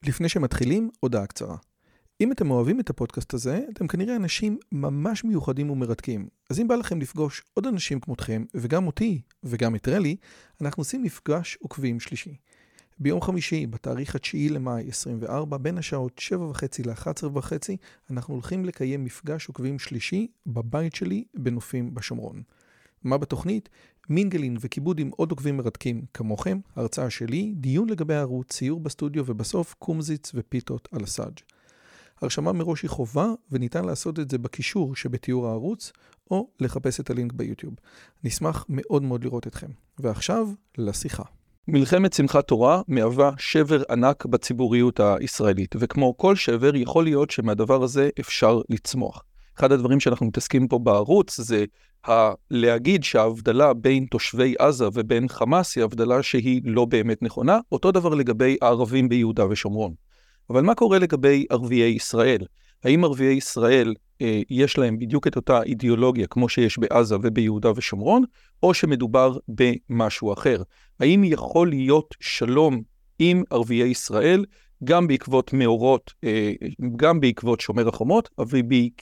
לפני שמתחילים, הודעה קצרה. אם אתם אוהבים את הפודקאסט הזה, אתם כנראה אנשים ממש מיוחדים ומרתקים. אז אם בא לכם לפגוש עוד אנשים כמותכם, וגם אותי, וגם את רלי, אנחנו עושים מפגש עוקבים שלישי. ביום חמישי, בתאריך 9 למאי 24, בין השעות 7:30 ל-11:30, אנחנו הולכים לקיים מפגש עוקבים שלישי בבית שלי בנופים בשומרון. מה בתוכנית? מינגלין וכיבוד עם עוד עוקבים מרתקים כמוכם, הרצאה שלי, דיון לגבי הערוץ, ציור בסטודיו ובסוף קומזיץ ופיתות על הסאג'. הרשמה מראש היא חובה וניתן לעשות את זה בקישור שבתיאור הערוץ או לחפש את הלינק ביוטיוב. נשמח מאוד מאוד לראות אתכם. ועכשיו לשיחה. מלחמת שמחת תורה מהווה שבר ענק בציבוריות הישראלית, וכמו כל שבר יכול להיות שמהדבר הזה אפשר לצמוח. אחד הדברים שאנחנו מתעסקים פה בערוץ זה להגיד שההבדלה בין תושבי עזה ובין חמאס היא הבדלה שהיא לא באמת נכונה, אותו דבר לגבי הערבים ביהודה ושומרון. אבל מה קורה לגבי ערביי ישראל? האם ערביי ישראל יש להם בדיוק את אותה אידיאולוגיה כמו שיש בעזה וביהודה ושומרון, או שמדובר במשהו אחר? האם יכול להיות שלום עם ערביי ישראל, גם בעקבות מאורות, גם בעקבות שומר החומות, אבל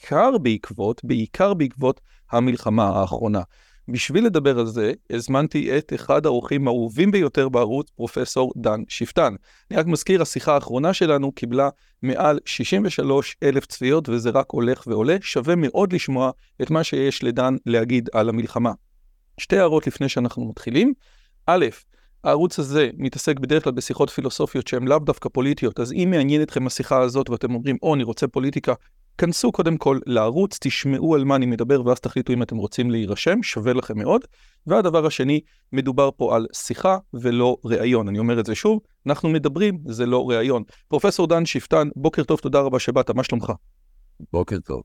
בעיקר בעקבות המלחמה האחרונה? בשביל לדבר על זה, הזמנתי את אחד האורחים האהובים ביותר בערוץ, פרופסור דן שפטן. אני רק מזכיר, השיחה האחרונה שלנו קיבלה מעל 63,000 צפיות, וזה רק הולך ועולה. שווה מאוד לשמוע את מה שיש לדן להגיד על המלחמה. שתי הערות לפני שאנחנו מתחילים. א', הערוץ הזה מתעסק בדרך כלל בשיחות פילוסופיות שהן לאו דווקא פוליטיות, אז אם מעניין אתכם השיחה הזאת ואתם אומרים, אני רוצה פוליטיקה, כנסו קודם כל לערוץ, תשמעו על מה אני מדבר, ואז תחליטו אם אתם רוצים להירשם, שווה לכם מאוד. והדבר השני, מדובר פה על שיחה ולא ראיון. אני אומר את זה שוב, אנחנו מדברים, זה לא ראיון. פרופסור דן שפטן, בוקר טוב, תודה רבה שבאת, מה שלומך? בוקר טוב.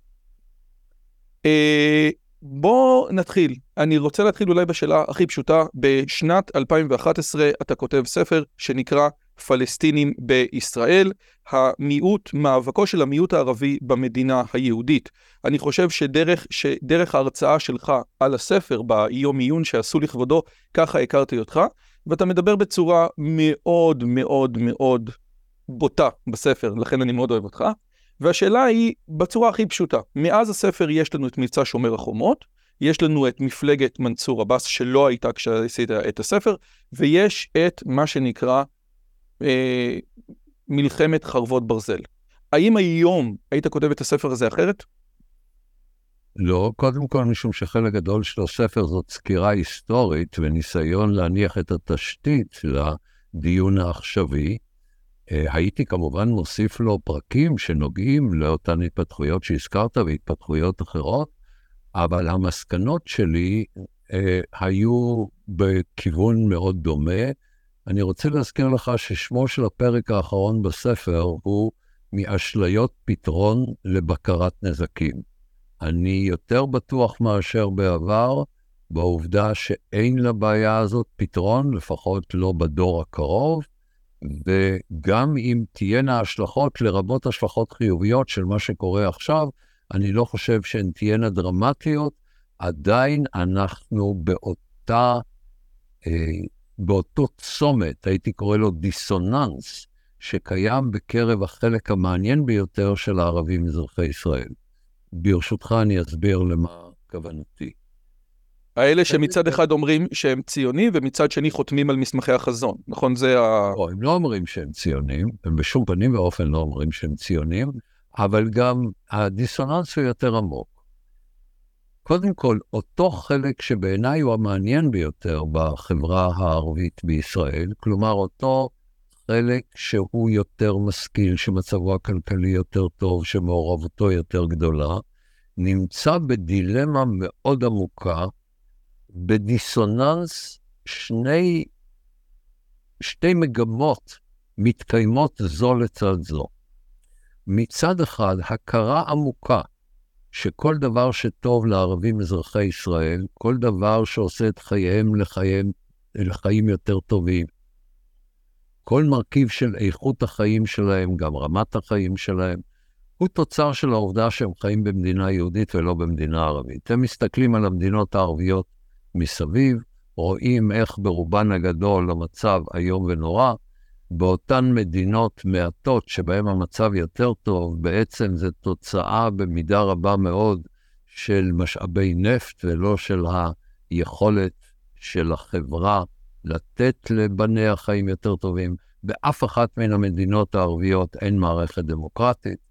בוא נתחיל. אני רוצה להתחיל אולי בשאלה הכי פשוטה. בשנת 2011 אתה כותב ספר שנקרא פלסטינים בישראל, מאבקו של המיעוט הערבי במדינה היהודית. אני חושב שדרך ההרצאה שלך על הספר ביום עיון שעשו לכבודו, ככה הכרתי אותך, ואתה מדבר בצורה מאוד מאוד מאוד בוטה בספר, לכן אני מאוד אוהב אותך. והשאלה היא בצורה הכי פשוטה. מאז הספר יש לנו את מבצע שומר החומות, יש לנו את מפלגת מנסור עבאס שלא הייתה כשעשית את הספר, ויש את מה שנקרא מלחמת חרבות ברזל. האם היום היית כותב את הספר הזה אחרת? לא, קודם כל משום שחלק גדול של הספר זאת סקירה היסטורית וניסיון להניח את התשתית לדיון העכשווי. הייתי כמובן מוסיף לו פרקים שנוגעים לאותן התפתחויות שהזכרת והתפתחויות אחרות, אבל המסקנות שלי היו בכיוון מאוד דומה. אני רוצה להזכיר לך ששמו של הפרק האחרון בספר הוא מאשליות פתרון לבקרת נזקים. אני יותר בטוח מאשר בעבר בעובדה שאין לבעיה הזאת פתרון, לפחות לא בדור הקרוב, וגם אם תהיינה השלכות, לרבות השלכות חיוביות של מה שקורה עכשיו, אני לא חושב שהן תהיינה דרמטיות, עדיין אנחנו באותו צומת, הייתי קורא לו דיסוננס, שקיים בקרב החלק המעניין ביותר של הערבים אזרחי ישראל. ברשותך אני אסביר למה כוונתי. האלה שמצד אחד אומרים שהם ציונים, ומצד שני חותמים על מסמכי החזון, נכון? לא, הם לא אומרים שהם ציונים, הם בשום פנים ואופן לא אומרים שהם ציונים, אבל גם הדיסוננס הוא יותר עמוק. קודם כל, אותו חלק שבעיניי הוא המעניין ביותר בחברה הערבית בישראל, כלומר אותו חלק שהוא יותר משכיל, שמצבו הכלכלי יותר טוב, שמעורבותו יותר גדולה, נמצא בדילמה מאוד עמוקה, בדיסוננס שתי מגמות מתקיימות זו לצד זו. מצד אחד, הכרה עמוקה שכל דבר שטוב לערבים אזרחי ישראל, כל דבר שעושה את חייהם לחיים יותר טובים, כל מרכיב של איכות החיים שלהם, גם רמת החיים שלהם, הוא תוצר של העובדה שהם חיים במדינה יהודית ולא במדינה ערבית. הם מסתכלים על המדינות הערביות מסביב, רואים איך ברובן הגדול המצב היום ונורא, באותן מדינות מעטות שבהן המצב יותר טוב, בעצם זה תוצאה במידה רבה מאוד של משאבי נפט, ולא של היכולת של החברה לתת לבניה חיים יותר טובים. באף אחת מן המדינות הערביות אין מערכת דמוקרטית,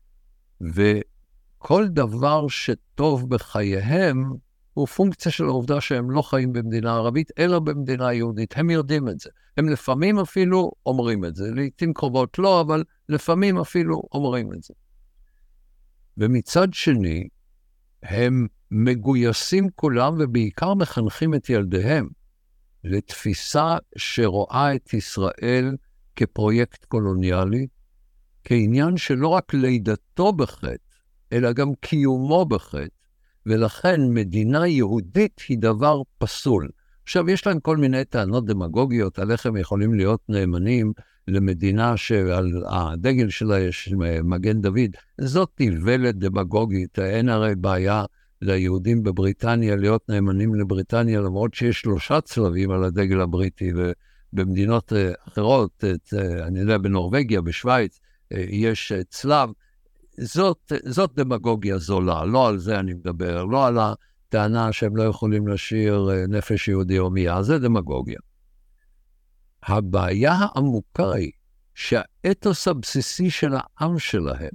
וכל דבר שטוב בחייהם הוא פונקציה של העובדה שהם לא חיים במדינה ערבית, אלא במדינה יהודית. הם יודעים את זה. הם לפעמים אפילו אומרים את זה. לעתים קרובות לא, אבל לפעמים אפילו אומרים את זה. ומצד שני, הם מגויסים כולם, ובעיקר מחנכים את ילדיהם, לתפיסה שרואה את ישראל כפרויקט קולוניאלי, כעניין שלא רק לידתו בחטא, אלא גם קיומו בחטא, ולכן מדינה יהודית היא דבר פסול. עכשיו, יש להם כל מיני טענות דמגוגיות על איך הם יכולים להיות נאמנים למדינה שעל הדגל שלה יש מגן דוד. זאת איוולת דמגוגית. אין הרי בעיה ליהודים בבריטניה להיות נאמנים לבריטניה, למרות שיש 3 צלבים על הדגל הבריטי, ובמדינות אחרות, אני יודע, בנורווגיה, בשוויץ, יש צלב. זאת דמגוגיה זולה, לא על זה אני מדבר, לא על הטענה שהם לא יכולים לשיר נפש יהודי הומייה, זה דמגוגיה. הבעיה העמוקה היא שהאתוס הבסיסי של העם שלהם,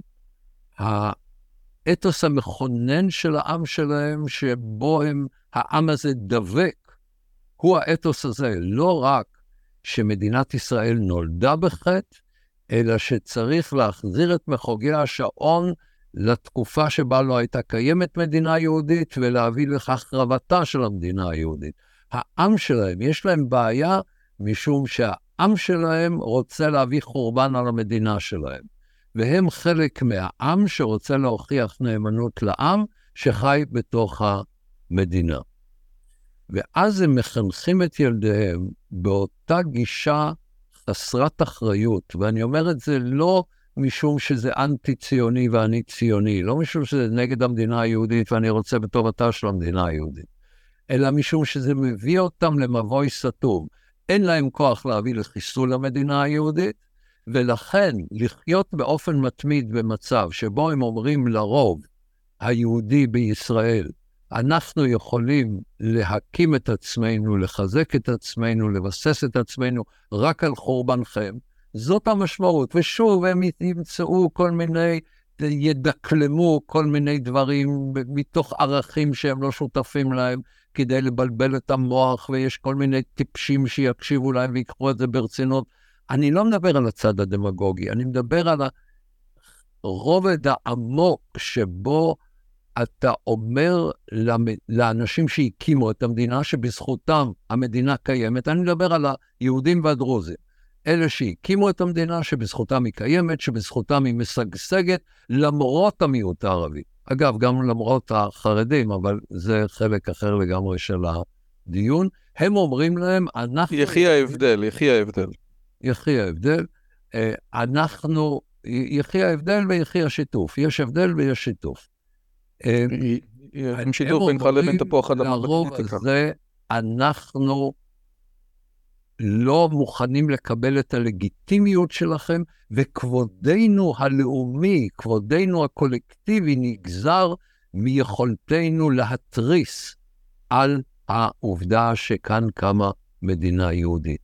האתוס המכונן של העם שלהם, שבו העם הזה דבק, הוא האתוס הזה, לא רק שמדינת ישראל נולדה בחטא, אלא שצריך להחזיר את מחוגי השעון לתקופה שבה לא הייתה קיימת מדינה יהודית, ולהביא לכך רבתה של המדינה היהודית. העם שלהם, יש להם בעיה, משום שהעם שלהם רוצה להביא חורבן על המדינה שלהם. והם חלק מהעם שרוצה להוכיח נאמנות לעם שחי בתוך המדינה. ואז הם מחנכים את ילדיהם באותה גישה חסרת אחריות, ואני אומר את זה לא משום שזה אנטי-ציוני ואני ציוני, לא משום שזה נגד המדינה היהודית ואני רוצה בטובתה של המדינה היהודית, אלא משום שזה מביא אותם למבוי סתום. אין להם כוח להביא לחיסול המדינה היהודית, ולכן לחיות באופן מתמיד במצב שבו הם אומרים לרוב היהודי בישראל, אנחנו יכולים להקים את עצמנו, לחזק את עצמנו, לבסס את עצמנו רק על חורבנכם. זאת המשמעות. ושוב, הם ימצאו כל מיני, ידקלמו כל מיני דברים מתוך ערכים שהם לא שותפים להם, כדי לבלבל את המוח, ויש כל מיני טיפשים שיקשיבו להם ויקחו את זה ברצינות. אני לא מדבר על הצד הדמגוגי, אני מדבר על הרובד העמוק שבו אתה אומר לאנשים שהקימו את המדינה, שבזכותם המדינה קיימת. אני מדבר על היהודים והדרוזים. אלה שהקימו את המדינה, שבזכותם היא קיימת, שבזכותם היא משגשגת, למרות המיעוט הערבי. אגב, גם למרות החרדים, אבל זה חלק אחר לגמרי של הדיון. הם אומרים להם, אנחנו... יחי ההבדל, יחי ההבדל. יחי ההבדל. יחי ההבדל ויחי השיתוף. יש הבדל ויש שיתוף. הם שיתוף בינך לבין תפוח אדמה. לרוב הזה אנחנו לא מוכנים לקבל את הלגיטימיות שלכם, וכבודנו הלאומי, כבודנו הקולקטיבי, נגזר מיכולתנו להתריס על העובדה שכאן קמה מדינה יהודית.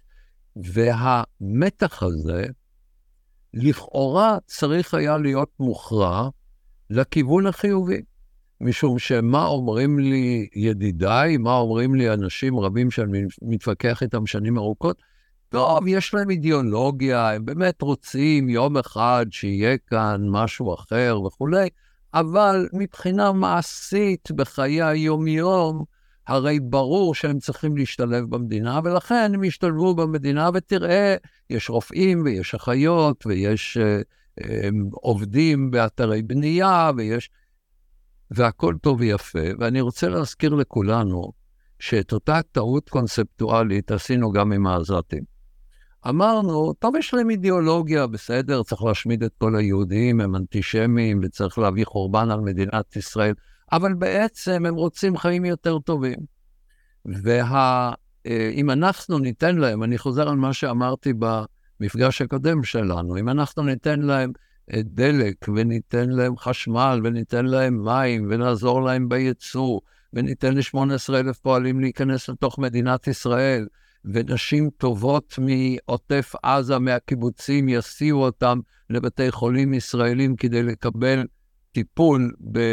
והמתח הזה, לכאורה צריך היה להיות מוכרע לכיוון החיובי. משום שמה אומרים לי ידידיי, מה אומרים לי אנשים רבים שאני מתווכח איתם שנים ארוכות, טוב, יש להם אידיאולוגיה, הם באמת רוצים יום אחד שיהיה כאן משהו אחר וכולי, אבל מבחינה מעשית בחיי היום-יום, הרי ברור שהם צריכים להשתלב במדינה, ולכן הם ישתלבו במדינה, ותראה, יש רופאים ויש אחיות, ויש עובדים באתרי בנייה, והכל טוב ויפה, ואני רוצה להזכיר לכולנו, שאת אותה טעות קונספטואלית עשינו גם עם העזתים. אמרנו, טוב, יש להם אידיאולוגיה, בסדר, צריך להשמיד את כל היהודים, הם אנטישמים, וצריך להביא חורבן על מדינת ישראל, אבל בעצם הם רוצים חיים יותר טובים. אם אנחנו ניתן להם, אני חוזר על מה שאמרתי המפגש הקודם שלנו. אם אנחנו ניתן להם דלק, וניתן להם חשמל, וניתן להם מים, ונעזור להם בייצוא, וניתן ל-18,000 פועלים להיכנס לתוך מדינת ישראל, ונשים טובות מעוטף עזה, מהקיבוצים, יסיעו אותם לבתי חולים ישראלים כדי לקבל טיפול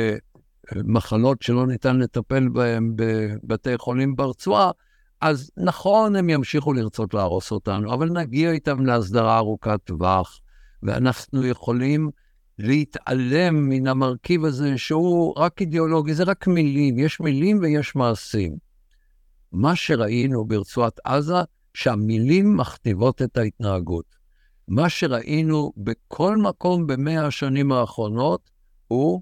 במחלות שלא ניתן לטפל בהם בבתי חולים ברצועה, אז נכון, הם ימשיכו לרצות להרוס אותנו, אבל נגיע איתם להסדרה ארוכת טווח, ואנחנו יכולים להתעלם מן המרכיב הזה שהוא רק אידיאולוגי, זה רק מילים, יש מילים ויש מעשים. מה שראינו ברצועת עזה, שהמילים מכתיבות את ההתנהגות. מה שראינו בכל מקום ב100 השנים האחרונות, הוא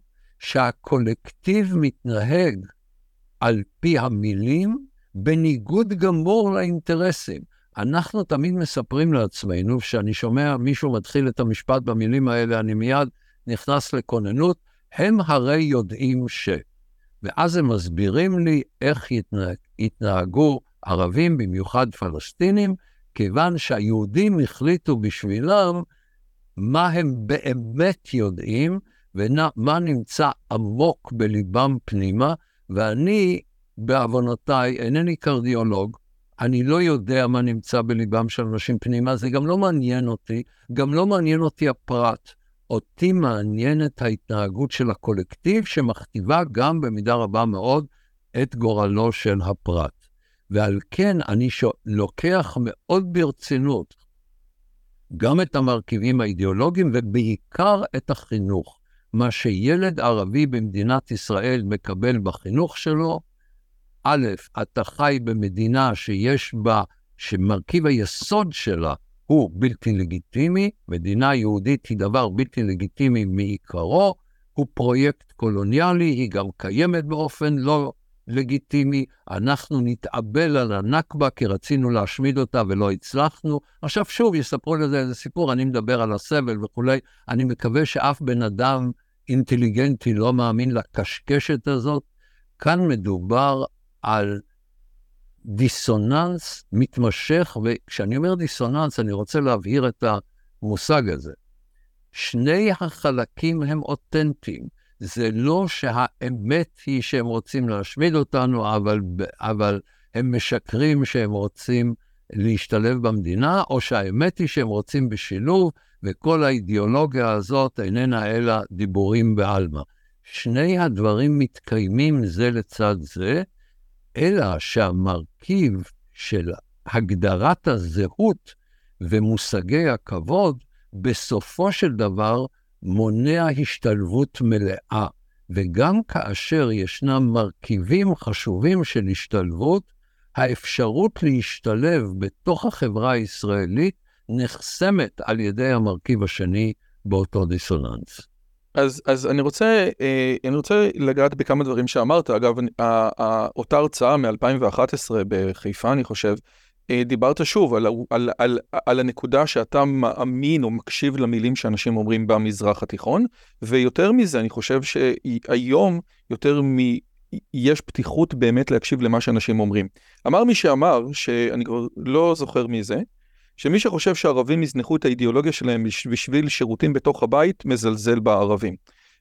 שהקולקטיב מתנהג על פי המילים, בניגוד גמור לאינטרסים. אנחנו תמיד מספרים לעצמנו, שאני שומע מישהו מתחיל את המשפט במילים האלה, אני מיד נכנס לכוננות, הם הרי יודעים ש... ואז הם מסבירים לי איך יתנהגו ערבים, במיוחד פלסטינים, כיוון שהיהודים החליטו בשבילם מה הם באמת יודעים, ומה נמצא עמוק בליבם פנימה, ואני, בעוונותיי, אינני קרדיולוג, אני לא יודע מה נמצא בליבם של אנשים פנימה, זה גם לא מעניין אותי, גם לא מעניין אותי הפרט. אותי מעניינת ההתנהגות של הקולקטיב, שמכתיבה גם במידה רבה מאוד את גורלו של הפרט. ועל כן אני לוקח מאוד ברצינות גם את המרכיבים האידיאולוגיים, ובעיקר את החינוך. מה שילד ערבי במדינת ישראל מקבל בחינוך שלו, א', אתה חי במדינה שיש בה, שמרכיב היסוד שלה הוא בלתי לגיטימי, מדינה יהודית היא דבר בלתי לגיטימי מעיקרו, הוא פרויקט קולוניאלי, היא גם קיימת באופן לא לגיטימי, אנחנו נתאבל על הנכבה כי רצינו להשמיד אותה ולא הצלחנו, עכשיו שוב יספרו לזה איזה סיפור, אני מדבר על הסבל וכולי, אני מקווה שאף בן אדם אינטליגנטי לא מאמין לקשקשת הזאת, כאן מדובר על דיסוננס מתמשך, וכשאני אומר דיסוננס, אני רוצה להבהיר את המושג הזה. שני החלקים הם אותנטיים. זה לא שהאמת היא שהם רוצים להשמיד אותנו, אבל הם משקרים שהם רוצים להשתלב במדינה, או שהאמת היא שהם רוצים בשילוב, וכל האידיאולוגיה הזאת איננה אלא דיבורים בעלמא. שני הדברים מתקיימים זה לצד זה, אלא שהמרכיב של הגדרת הזהות ומושגי הכבוד, בסופו של דבר מונע השתלבות מלאה. וגם כאשר ישנם מרכיבים חשובים של השתלבות, האפשרות להשתלב בתוך החברה הישראלית נחסמת על ידי המרכיב השני באותו דיסוננס. אז אני רוצה לגעת בכמה דברים שאמרת. אגב, אותה הרצאה מ-2011 בחיפה, אני חושב, דיברת שוב על הנקודה שאתה מאמין או מקשיב למילים שאנשים אומרים במזרח התיכון, ויותר מזה, אני חושב שהיום יש פתיחות באמת להקשיב למה שאנשים אומרים. אמר מי שאמר, שאני לא זוכר מי זה, שמי שחושב שהערבים יזנחו את האידיאולוגיה שלהם בשביל שירותים בתוך הבית, מזלזל בערבים.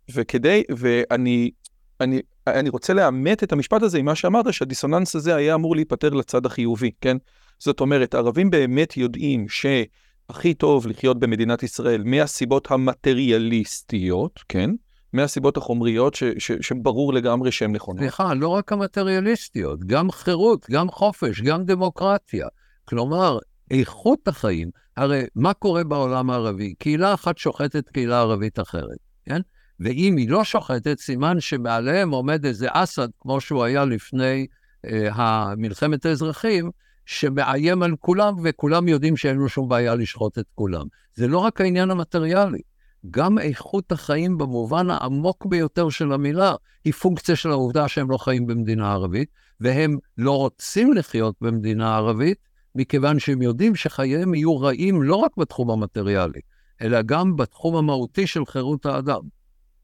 ואני רוצה לאמת את המשפט הזה עם מה שאמרת, שהדיסוננס הזה היה אמור להיפטר לצד החיובי, כן? זאת אומרת, הערבים באמת יודעים שהכי טוב לחיות במדינת ישראל מהסיבות המטריאליסטיות, כן? מהסיבות החומריות שברור לגמרי שהן נכונות. סליחה, לא רק המטריאליסטיות, גם חירות, גם חופש, גם דמוקרטיה. כלומר, איכות החיים, הרי מה קורה בעולם הערבי? קהילה אחת שוחטת קהילה ערבית אחרת, כן? ואם היא לא שוחטת, סימן שמעליהם עומד איזה אסד, כמו שהוא היה לפני מלחמת האזרחים, שמאיים על כולם, וכולם יודעים שאין לו שום בעיה לשחוט את כולם. זה לא רק העניין המטריאלי, גם איכות החיים במובן העמוק ביותר של המילה, היא פונקציה של העובדה שהם לא חיים במדינה ערבית, והם לא רוצים לחיות במדינה ערבית, מכיוון שהם יודעים שחייהם יהיו רעים לא רק בתחום המטריאלי, אלא גם בתחום המהותי של חירות האדם.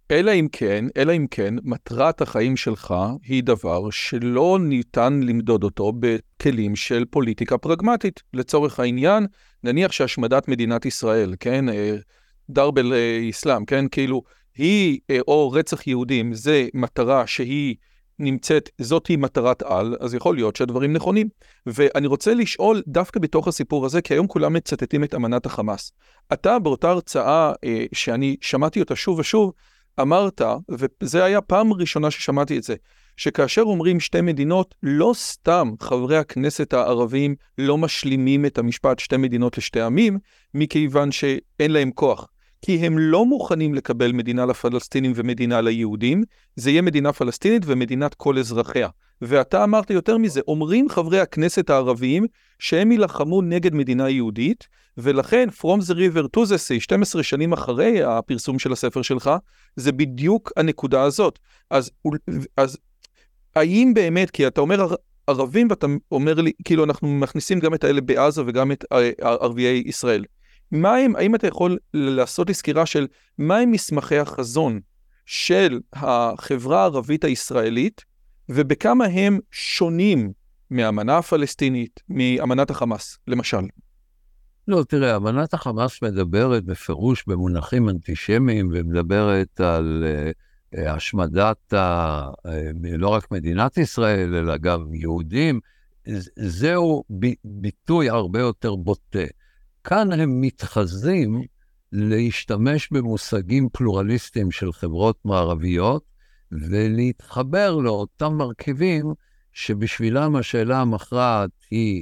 אלא אם כן, מטרת החיים שלך היא דבר שלא ניתן למדוד אותו בכלים של פוליטיקה פרגמטית. לצורך העניין, נניח שהשמדת מדינת ישראל, כן, דרב אל-איסלאם, כן, כאילו, היא, או רצח יהודים, זה מטרה שהיא נמצאת, זאת היא מטרת על, אז יכול להיות שהדברים נכונים. ואני רוצה לשאול דווקא בתוך הסיפור הזה, כי היום כולם מצטטים את אמנת החמאס. אתה באותה הרצאה שאני שמעתי אותה שוב ושוב, אמרת, וזה היה פעם ראשונה ששמעתי את זה, שכאשר אומרים שתי מדינות, לא סתם חברי הכנסת הערבים לא משלימים את המשפט שתי מדינות לשתי עמים, מכיוון שאין להם כוח. כי הם לא מוכנים לקבל מדינה לפלסטינים ומדינה ליהודים, זה יהיה מדינה פלסטינית ומדינת כל אזרחיה. ואתה אמרת יותר מזה, אומרים חברי הכנסת הערביים שהם ילחמו נגד מדינה יהודית, ולכן From the River to the Sea, 12 שנים אחרי הפרסום של הספר שלך, זה בדיוק הנקודה הזאת. אז האם באמת, כי אתה אומר ערבים ואתה אומר לי, כאילו אנחנו מכניסים גם את האלה בעזה וגם את ערביי ישראל. האם אתה יכול לעשות לי סקירה של מהם מסמכי החזון של החברה הערבית הישראלית, ובכמה הם שונים מהאמנה הפלסטינית, מאמנת החמאס, למשל? לא, תראה, אמנת החמאס מדברת בפירוש במונחים אנטישמיים, ומדברת על השמדת לא רק מדינת ישראל, אלא גם יהודים. זהו ביטוי הרבה יותר בוטה. כאן הם מתחזים להשתמש במושגים פלורליסטיים של חברות מערביות, ולהתחבר לאותם מרכיבים שבשבילם השאלה המכרעת היא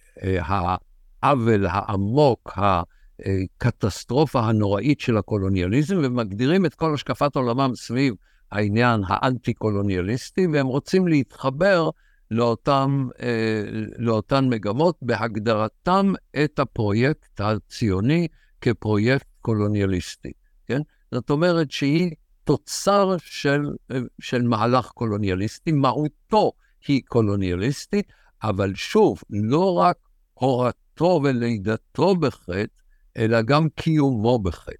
העוול העמוק, הקטסטרופה הנוראית של הקולוניאליזם, ומגדירים את כל השקפת עולמם סביב העניין האנטי-קולוניאליסטי, והם רוצים להתחבר לאותן מגמות בהגדרתם את הפרויקט הציוני כפרויקט קולוניאליסטי. כן? זאת אומרת שהיא תוצר של מהלך קולוניאליסטי, מהותו היא קולוניאליסטית, אבל שוב, לא רק הורתו ולידתו בחטא, אלא גם קיומו בחטא.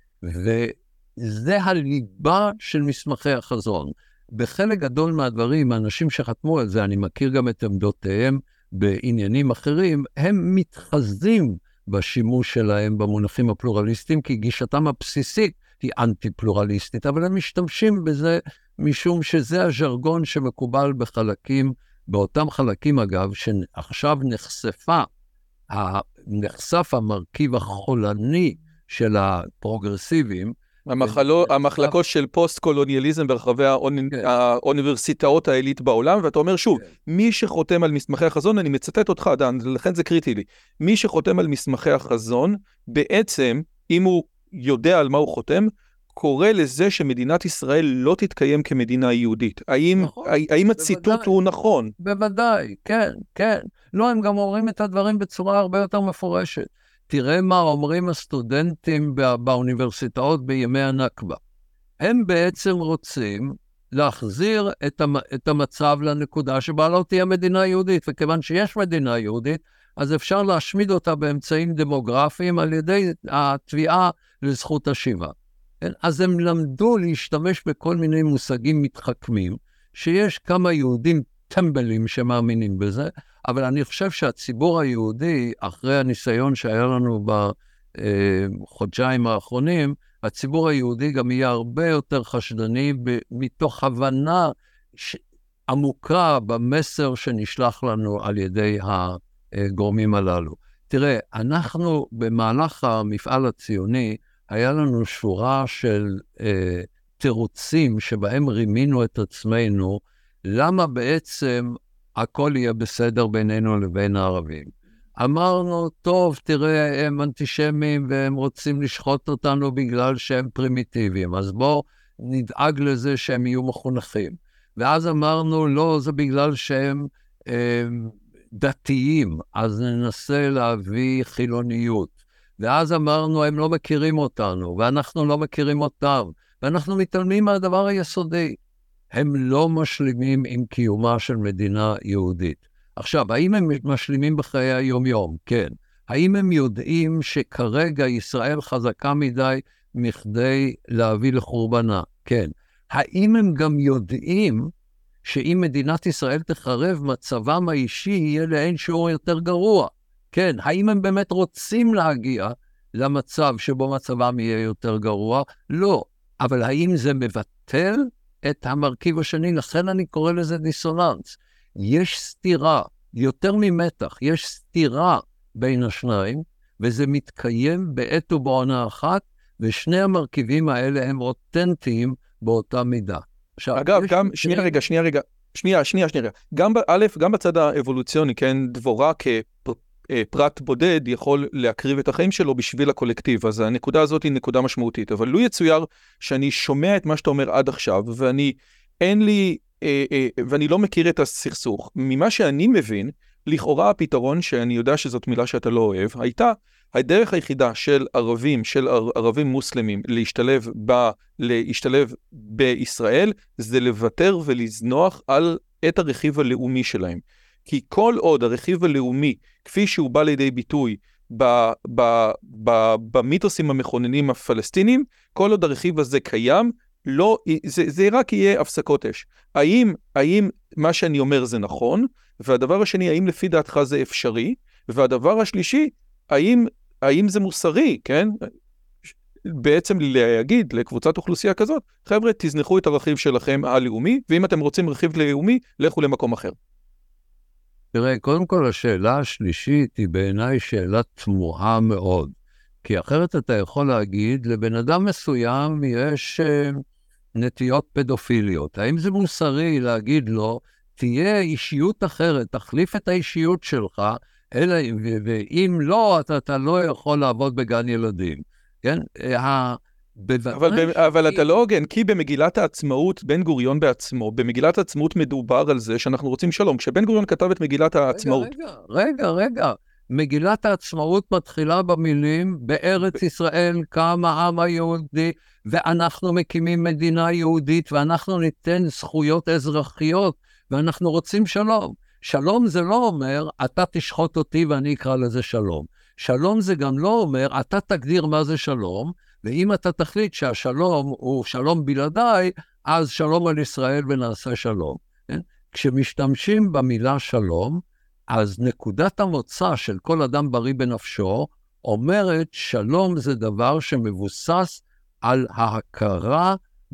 וזה הליבה של מסמכי החזון. בחלק גדול מהדברים, האנשים שחתמו על זה, אני מכיר גם את עמדותיהם בעניינים אחרים, הם מתחזים בשימוש שלהם במונחים הפלורליסטיים, כי גישתם הבסיסית היא אנטי-פלורליסטית, אבל הם משתמשים בזה משום שזה הז'רגון שמקובל בחלקים, באותם חלקים אגב, שעכשיו נחשף המרכיב החולני של הפרוגרסיבים, המחלקות של פוסט-קולוניאליזם ברחבי האוניברסיטאות העילית בעולם, ואתה אומר שוב, מי שחותם על מסמכי החזון, אני מצטט אותך, דן, לכן זה קריטי לי, מי שחותם על מסמכי החזון, בעצם, אם הוא יודע על מה הוא חותם, קורא לזה שמדינת ישראל לא תתקיים כמדינה יהודית. האם הציטוט הוא נכון? בוודאי, כן, כן. לא, הם גם אומרים את הדברים בצורה הרבה יותר מפורשת. תראה מה אומרים הסטודנטים באוניברסיטאות בימי הנכבה. הם בעצם רוצים להחזיר את המצב לנקודה שבה לא תהיה מדינה יהודית, וכיוון שיש מדינה יהודית, אז אפשר להשמיד אותה באמצעים דמוגרפיים על ידי התביעה לזכות השיבה. אז הם למדו להשתמש בכל מיני מושגים מתחכמים, שיש כמה יהודים טמבלים שמאמינים בזה, אבל אני חושב שהציבור היהודי, אחרי הניסיון שהיה לנו בחודשיים האחרונים, הציבור היהודי גם יהיה הרבה יותר חשדני, מתוך הבנה עמוקה במסר שנשלח לנו על ידי הגורמים הללו. תראה, אנחנו במהלך המפעל הציוני, היה לנו שורה של תירוצים שבהם רימינו את עצמנו, למה בעצם הכל יהיה בסדר בינינו לבין הערבים. אמרנו, טוב, תראה, הם אנטישמים והם רוצים לשחוט אותנו בגלל שהם פרימיטיביים, אז בואו נדאג לזה שהם יהיו מחונכים. ואז אמרנו, לא, זה בגלל שהם דתיים, אז ננסה להביא חילוניות. ואז אמרנו, הם לא מכירים אותנו, ואנחנו לא מכירים אותם, ואנחנו מתעלמים מהדבר היסודי. הם לא משלימים עם קיומה של מדינה יהודית. עכשיו, האם הם משלימים בחיי היום-יום? כן. האם הם יודעים שכרגע ישראל חזקה מדי מכדי להביא לחורבנה? כן. האם הם גם יודעים שאם מדינת ישראל תחרב, מצבם האישי יהיה לאין שיעור יותר גרוע? כן, האם הם באמת רוצים להגיע למצב שבו מצבם יהיה יותר גרוע? לא. אבל האם זה מבטל את המרכיב השני? לכן אני קורא לזה דיסוננס. יש סתירה, יותר ממתח, יש סתירה בין השניים, וזה מתקיים בעת ובעונה אחת, ושני המרכיבים האלה הם אותנטיים באותה מידה. עכשיו, אגב, גם, שנייה רגע. גם בצד האבולוציוני, כן, דבורה כפרט בודד יכול להקריב את החיים שלו בשביל הקולקטיב, אז הנקודה הזאת היא נקודה משמעותית, אבל לו יצויר שאני שומע את מה שאתה אומר עד עכשיו, ואני לא מכיר את הסכסוך. ממה שאני מבין, לכאורה הפתרון, שאני יודע שזאת מילה שאתה לא אוהב, הייתה הדרך היחידה של ערבים מוסלמים להשתלב בישראל, זה לוותר ולזנוח את הרכיב הלאומי שלהם. כי כל עוד הרכיב הלאומי, כפי שהוא בא לידי ביטוי במיתוסים המכוננים הפלסטינים, כל עוד הרכיב הזה קיים, זה רק יהיה הפסקות אש. האם מה שאני אומר זה נכון? והדבר השני, האם לפי דעתך זה אפשרי? והדבר השלישי, האם זה מוסרי, כן? בעצם להגיד לקבוצת אוכלוסייה כזאת, חבר'ה, תזנחו את הרכיב שלכם הלאומי, ואם אתם רוצים רכיב לאומי, לכו למקום אחר. תראה, קודם כל השאלה השלישית היא בעיניי שאלה תמוהה מאוד, כי אחרת אתה יכול להגיד, לבן אדם מסוים יש נטיות פדופיליות. האם זה מוסרי להגיד לו, תהיה אישיות אחרת, תחליף את האישיות שלך, ואם לא, אתה לא יכול לעבוד בגן ילדים. כן? אבל אתה לא הוגן, כי במגילת העצמאות, בן גוריון בעצמו, במגילת העצמאות מדובר על זה שאנחנו רוצים שלום. כשבן גוריון כתב את מגילת העצמאות... רגע. מגילת העצמאות מתחילה במילים, בארץ ישראל קם העם היהודי, ואנחנו מקימים מדינה יהודית, ואנחנו ניתן זכויות אזרחיות, ואנחנו רוצים שלום. שלום זה לא אומר, אתה תשחוט אותי ואני אקרא לזה שלום. שלום זה גם לא אומר, אתה תגדיר מה זה שלום, ואם אתה תחליט שהשלום הוא שלום בלעדיי, אז שלום על ישראל ונעשה שלום. כן? כשמשתמשים במילה שלום, אז נקודת המוצא של כל אדם בריא בנפשו, אומרת שלום זה דבר שמבוסס על ההכרה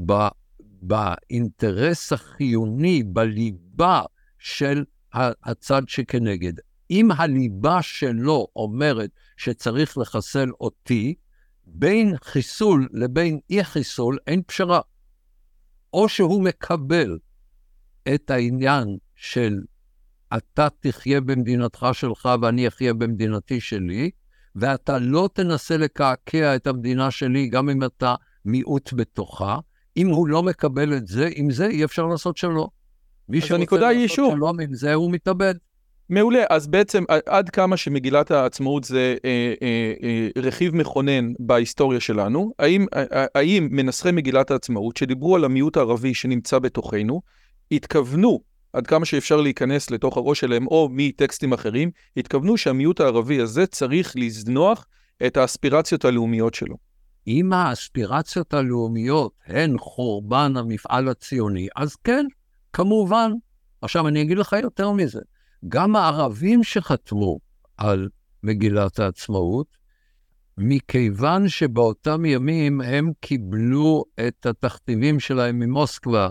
באינטרס החיוני, בליבה של הצד שכנגד. אם הליבה שלו אומרת שצריך לחסל אותי, בין חיסול לבין אי חיסול אין פשרה. או שהוא מקבל את העניין של אתה תחיה במדינתך שלך ואני אחיה במדינתי שלי, ואתה לא תנסה לקעקע את המדינה שלי גם אם אתה מיעוט בתוכה. אם הוא לא מקבל את זה, עם זה אי אפשר לעשות שלום. מי שרוצה לעשות שלום עם זה הוא מתאבד. מעולה, אז בעצם עד כמה שמגילת העצמאות זה רכיב מכונן בהיסטוריה שלנו, האם מנסחי מגילת העצמאות שדיברו על המיעוט הערבי שנמצא בתוכנו, התכוונו, עד כמה שאפשר להיכנס לתוך הראש שלהם או מטקסטים אחרים, התכוונו שהמיעוט הערבי הזה צריך לזנוח את האספירציות הלאומיות שלו. אם האספירציות הלאומיות הן חורבן המפעל הציוני, אז כן, כמובן. עכשיו אני אגיד לך יותר מזה. גם הערבים שחתמו על מגילת העצמאות, מכיוון שבאותם ימים הם קיבלו את התכתיבים שלהם ממוסקבה,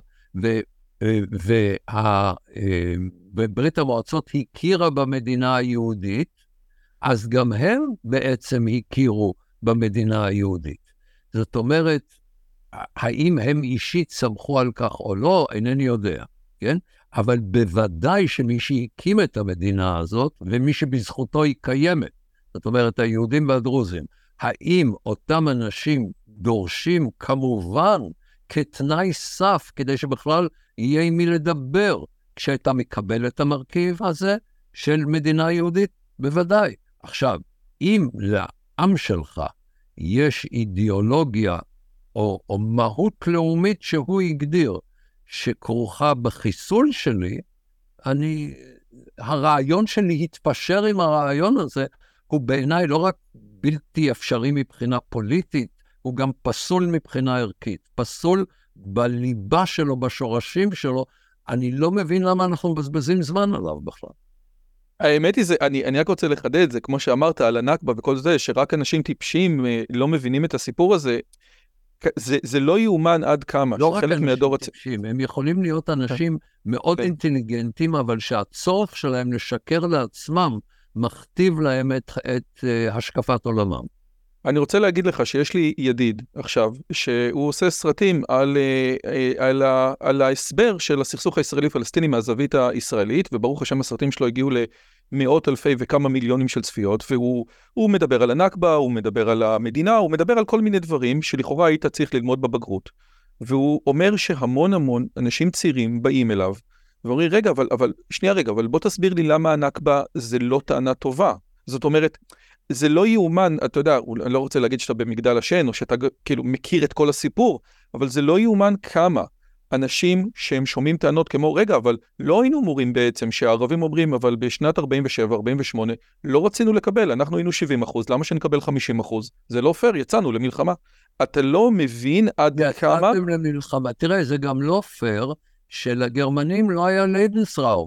וברית המועצות הכירה במדינה היהודית, אז גם הם בעצם הכירו במדינה היהודית. זאת אומרת, האם הם אישית סמכו על כך או לא, אינני יודע, כן? אבל בוודאי שמי שהקים את המדינה הזאת, ומי שבזכותו היא קיימת, זאת אומרת, היהודים והדרוזים, האם אותם אנשים דורשים כמובן כתנאי סף, כדי שבכלל יהיה עם מי לדבר, כשאתה מקבל את המרכיב הזה של מדינה יהודית? בוודאי. עכשיו, אם לעם שלך יש אידיאולוגיה או מהות לאומית שהוא הגדיר, שכרוכה בחיסול שלי, הרעיון שלי התפשר עם הרעיון הזה, הוא בעיניי לא רק בלתי אפשרי מבחינה פוליטית, הוא גם פסול מבחינה ערכית. פסול בליבה שלו, בשורשים שלו, אני לא מבין למה אנחנו מבזבזים זמן עליו בכלל. האמת היא, אני רק רוצה לחדד, זה כמו שאמרת על הנכבה וכל זה, שרק אנשים טיפשים לא מבינים את הסיפור הזה, זה לא יאומן עד כמה, לא רק שחלק אנשים טיפשים, הם יכולים להיות אנשים מאוד אינטליגנטים, אבל שהצורך שלהם לשקר לעצמם, מכתיב להם את השקפת עולמם. אני רוצה להגיד לך שיש לי ידיד עכשיו, שהוא עושה סרטים על ההסבר של הסכסוך הישראלי-פלסטיני מהזווית הישראלית, וברוך השם הסרטים שלו הגיעו למאות אלפי וכמה מיליונים של צפיות, והוא מדבר על הנכבה, הוא מדבר על המדינה, הוא מדבר על כל מיני דברים שלכאורה היית צריך ללמוד בבגרות. והוא אומר שהמון המון אנשים צעירים באים אליו, ואומרים, רגע, אבל בוא תסביר לי למה הנכבה זה לא טענה טובה. זאת אומרת, זה לא יאומן, אתה יודע, אני לא רוצה להגיד שאתה במגדל השן, או שאתה כאילו מכיר את כל הסיפור, אבל זה לא יאומן כמה אנשים שהם שומעים טענות כמו, רגע, אבל לא היינו אמורים בעצם, שהערבים אומרים, אבל בשנת 47, 48, לא רצינו לקבל, אנחנו היינו 70%, למה שנקבל 50%? זה לא פייר, יצאנו למלחמה. אתה לא מבין עד כמה... יצאתם למלחמה, תראה, זה גם לא פייר, שלגרמנים לא היה לייבנסראום.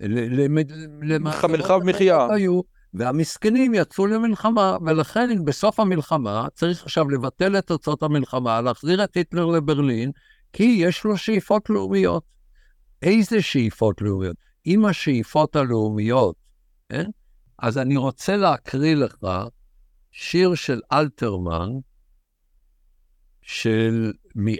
מרחב מחיה. והמסכנים יצאו למלחמה, ולכן בסוף המלחמה צריך עכשיו לבטל את תוצאות המלחמה, להחזיר את היטלר לברלין, כי יש לו שאיפות לאומיות. איזה שאיפות לאומיות? עם השאיפות הלאומיות, כן? אז אני רוצה להקריא לך שיר של אלתרמן, של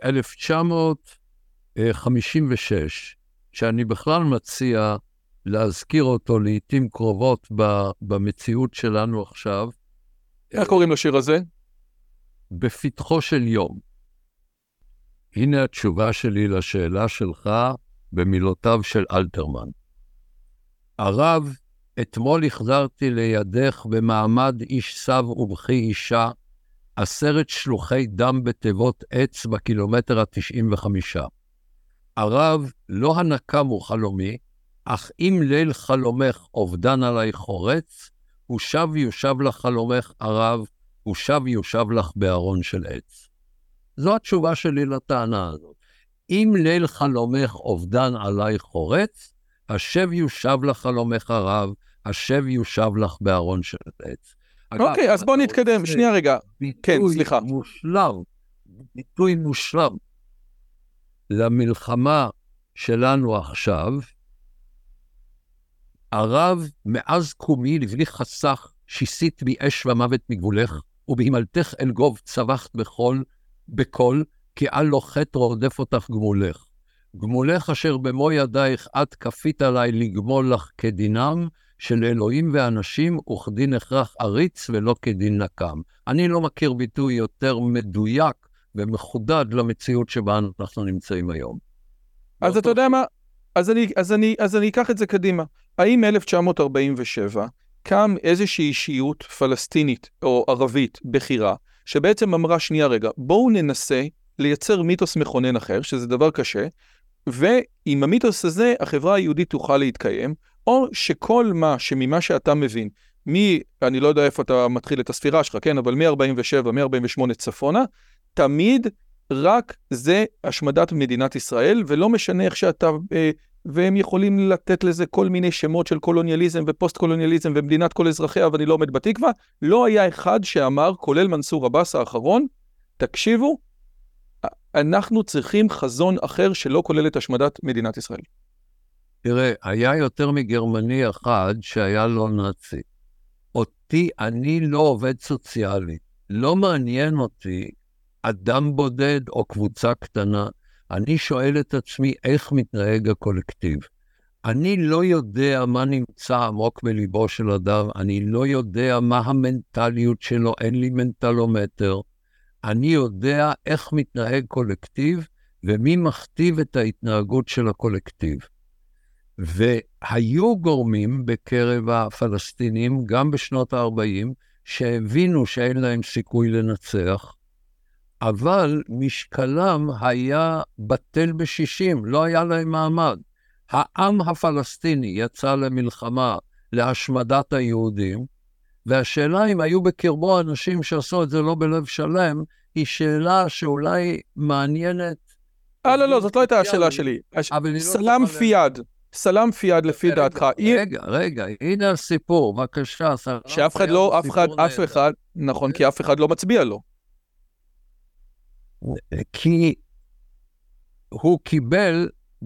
מ-1956, שאני בכלל מציע להזכיר אותו לעתים קרובות במציאות שלנו עכשיו. איך קוראים לשיר הזה? בפתחו של יום. הנה התשובה שלי לשאלה שלך במילותיו של אלתרמן. הרב, אתמול החזרתי לידך במעמד איש סב ובכי אישה, 10 שלוחי דם בתיבות עץ בקילומטר ה-95. הרב, לא הנקם הוא חלומי, אך אם ליל חלומך אובדן עלי חורץ, הוא שב יושב לך חלומך הרב, הוא שב יושב לך בארון של עץ. זו התשובה שלי לטענה הזאת. אם ליל חלומך אובדן עלי חורץ, השב יושב לך חלומך הרב, השב יושב לך בארון של עץ. אוקיי, אז בוא נתקדם, שנייה רגע. כן, סליחה. ביטוי מושלם למלחמה שלנו עכשיו, הרב מאז קומי לבלי חסך שיסית באש ומוות מגבולך, ובהימלתך אל גוב צווחת בכל, כי על לא חטא רודף אותך גמולך. גמולך אשר במו ידייך את כפית עליי לגמול לך כדינם, של אלוהים ואנשים וכדין הכרח עריץ ולא כדין נקם. אני לא מכיר ביטוי יותר מדויק ומחודד למציאות שבה אנחנו נמצאים היום. אז אתה יודע מה? אז אני אקח את זה קדימה. האם 1947 קם איזושהי אישיות פלסטינית או ערבית בחירה, שבעצם אמרה שנייה רגע, בואו ננסה לייצר מיתוס מכונן אחר, שזה דבר קשה, ועם המיתוס הזה החברה היהודית תוכל להתקיים, או שכל ממה שאתה מבין, אני לא יודע איפה אתה מתחיל את הספירה שלך, כן, אבל מ-47, מ-48 צפונה, תמיד רק זה השמדת מדינת ישראל, ולא משנה איך שאתה, והם יכולים לתת לזה כל מיני שמות של קולוניאליזם ופוסט-קולוניאליזם ומדינת כל אזרחיה, ואני לא עומד בתקווה, לא היה אחד שאמר, כולל מנסור עבאס האחרון, תקשיבו, אנחנו צריכים חזון אחר שלא כולל את השמדת מדינת ישראל. תראה, היה יותר מגרמני אחד שהיה לא נאצי. אני לא עובד סוציאלי. לא מעניין אותי אדם בודד או קבוצה קטנה. אני שואל את עצמי איך מתנהג הקולקטיב. אני לא יודע מה נמצא עמוק בליבו של אדם. אני לא יודע מה המנטליות שלו. אין לי מנטלומטר. אני יודע איך מתנהג קולקטיב ומי מכתיב את ההתנהגות של הקולקטיב. והיו גורמים בקרב הפלסטינים, גם בשנות ה-40, שהבינו שאין להם סיכוי לנצח, אבל משקלם היה בטל ב-60, לא היה להם מעמד. העם הפלסטיני יצא למלחמה להשמדת היהודים, והשאלה אם היו בקרבו אנשים שעשו את זה לא בלב שלם, היא שאלה שאולי מעניינת לא, זאת לא הייתה השאלה שלי. סלאם פיאד לפי דעתך. רגע, הנה הסיפור, בבקשה. שאף אחד לא, אף אחד, נכון, כי אף אחד לא מצביע לו. כי הוא קיבל,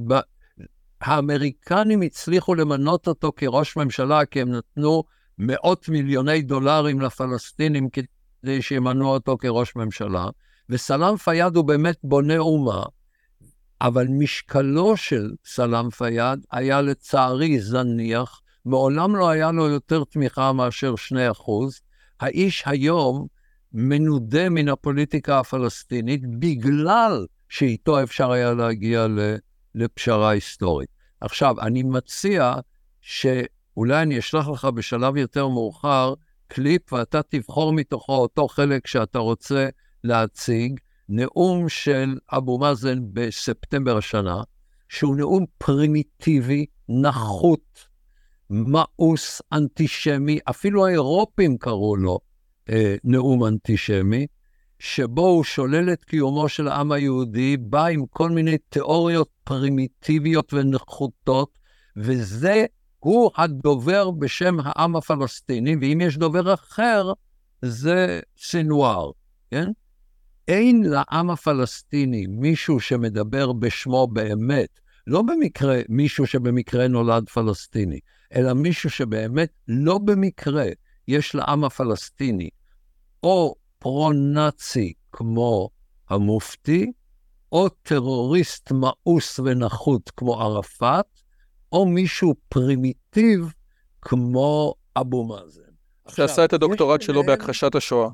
האמריקנים הצליחו למנות אותו כראש ממשלה, כי הם נתנו מאות מיליוני דולרים לפלסטינים כדי שימנו אותו כראש ממשלה, וסלאם פיאד הוא באמת בונה אומה, אבל משקלו של סלאם פיאד היה לצערי זניח, מעולם לא היה לו יותר תמיכה מאשר 2%. האיש היום מנודה מן הפוליטיקה הפלסטינית, בגלל שאיתו אפשר היה להגיע לפשרה היסטורית. עכשיו, אני מציע שאולי אני אשלח לך בשלב יותר מאוחר קליפ, ואתה תבחור מתוכו אותו חלק שאתה רוצה להציג, נאום של אבו מאזן בספטמבר השנה, שהוא נאום פרימיטיבי, נחות, מאוס, אנטישמי, אפילו האירופים קראו לו נאום אנטישמי, שבו הוא שולל את קיומו של העם היהודי, בא עם כל מיני תיאוריות פרימיטיביות ונחותות, וזה הוא הדובר בשם העם הפלסטיני, ואם יש דובר אחר, זה סינואר, כן? אין לעם הפלסטיני מישהו שמדבר בשמו באמת, לא במקרה מישהו שבמקרה נולד פלסטיני, אלא מישהו שבאמת לא במקרה יש לעם הפלסטיני, או פרו-נאצי כמו המופתי, או טרוריסט מאוס ונחות כמו ערפאת, או מישהו פרימיטיב כמו אבו מאזן. שעשה את הדוקטורט שלו בהכחשת השואה.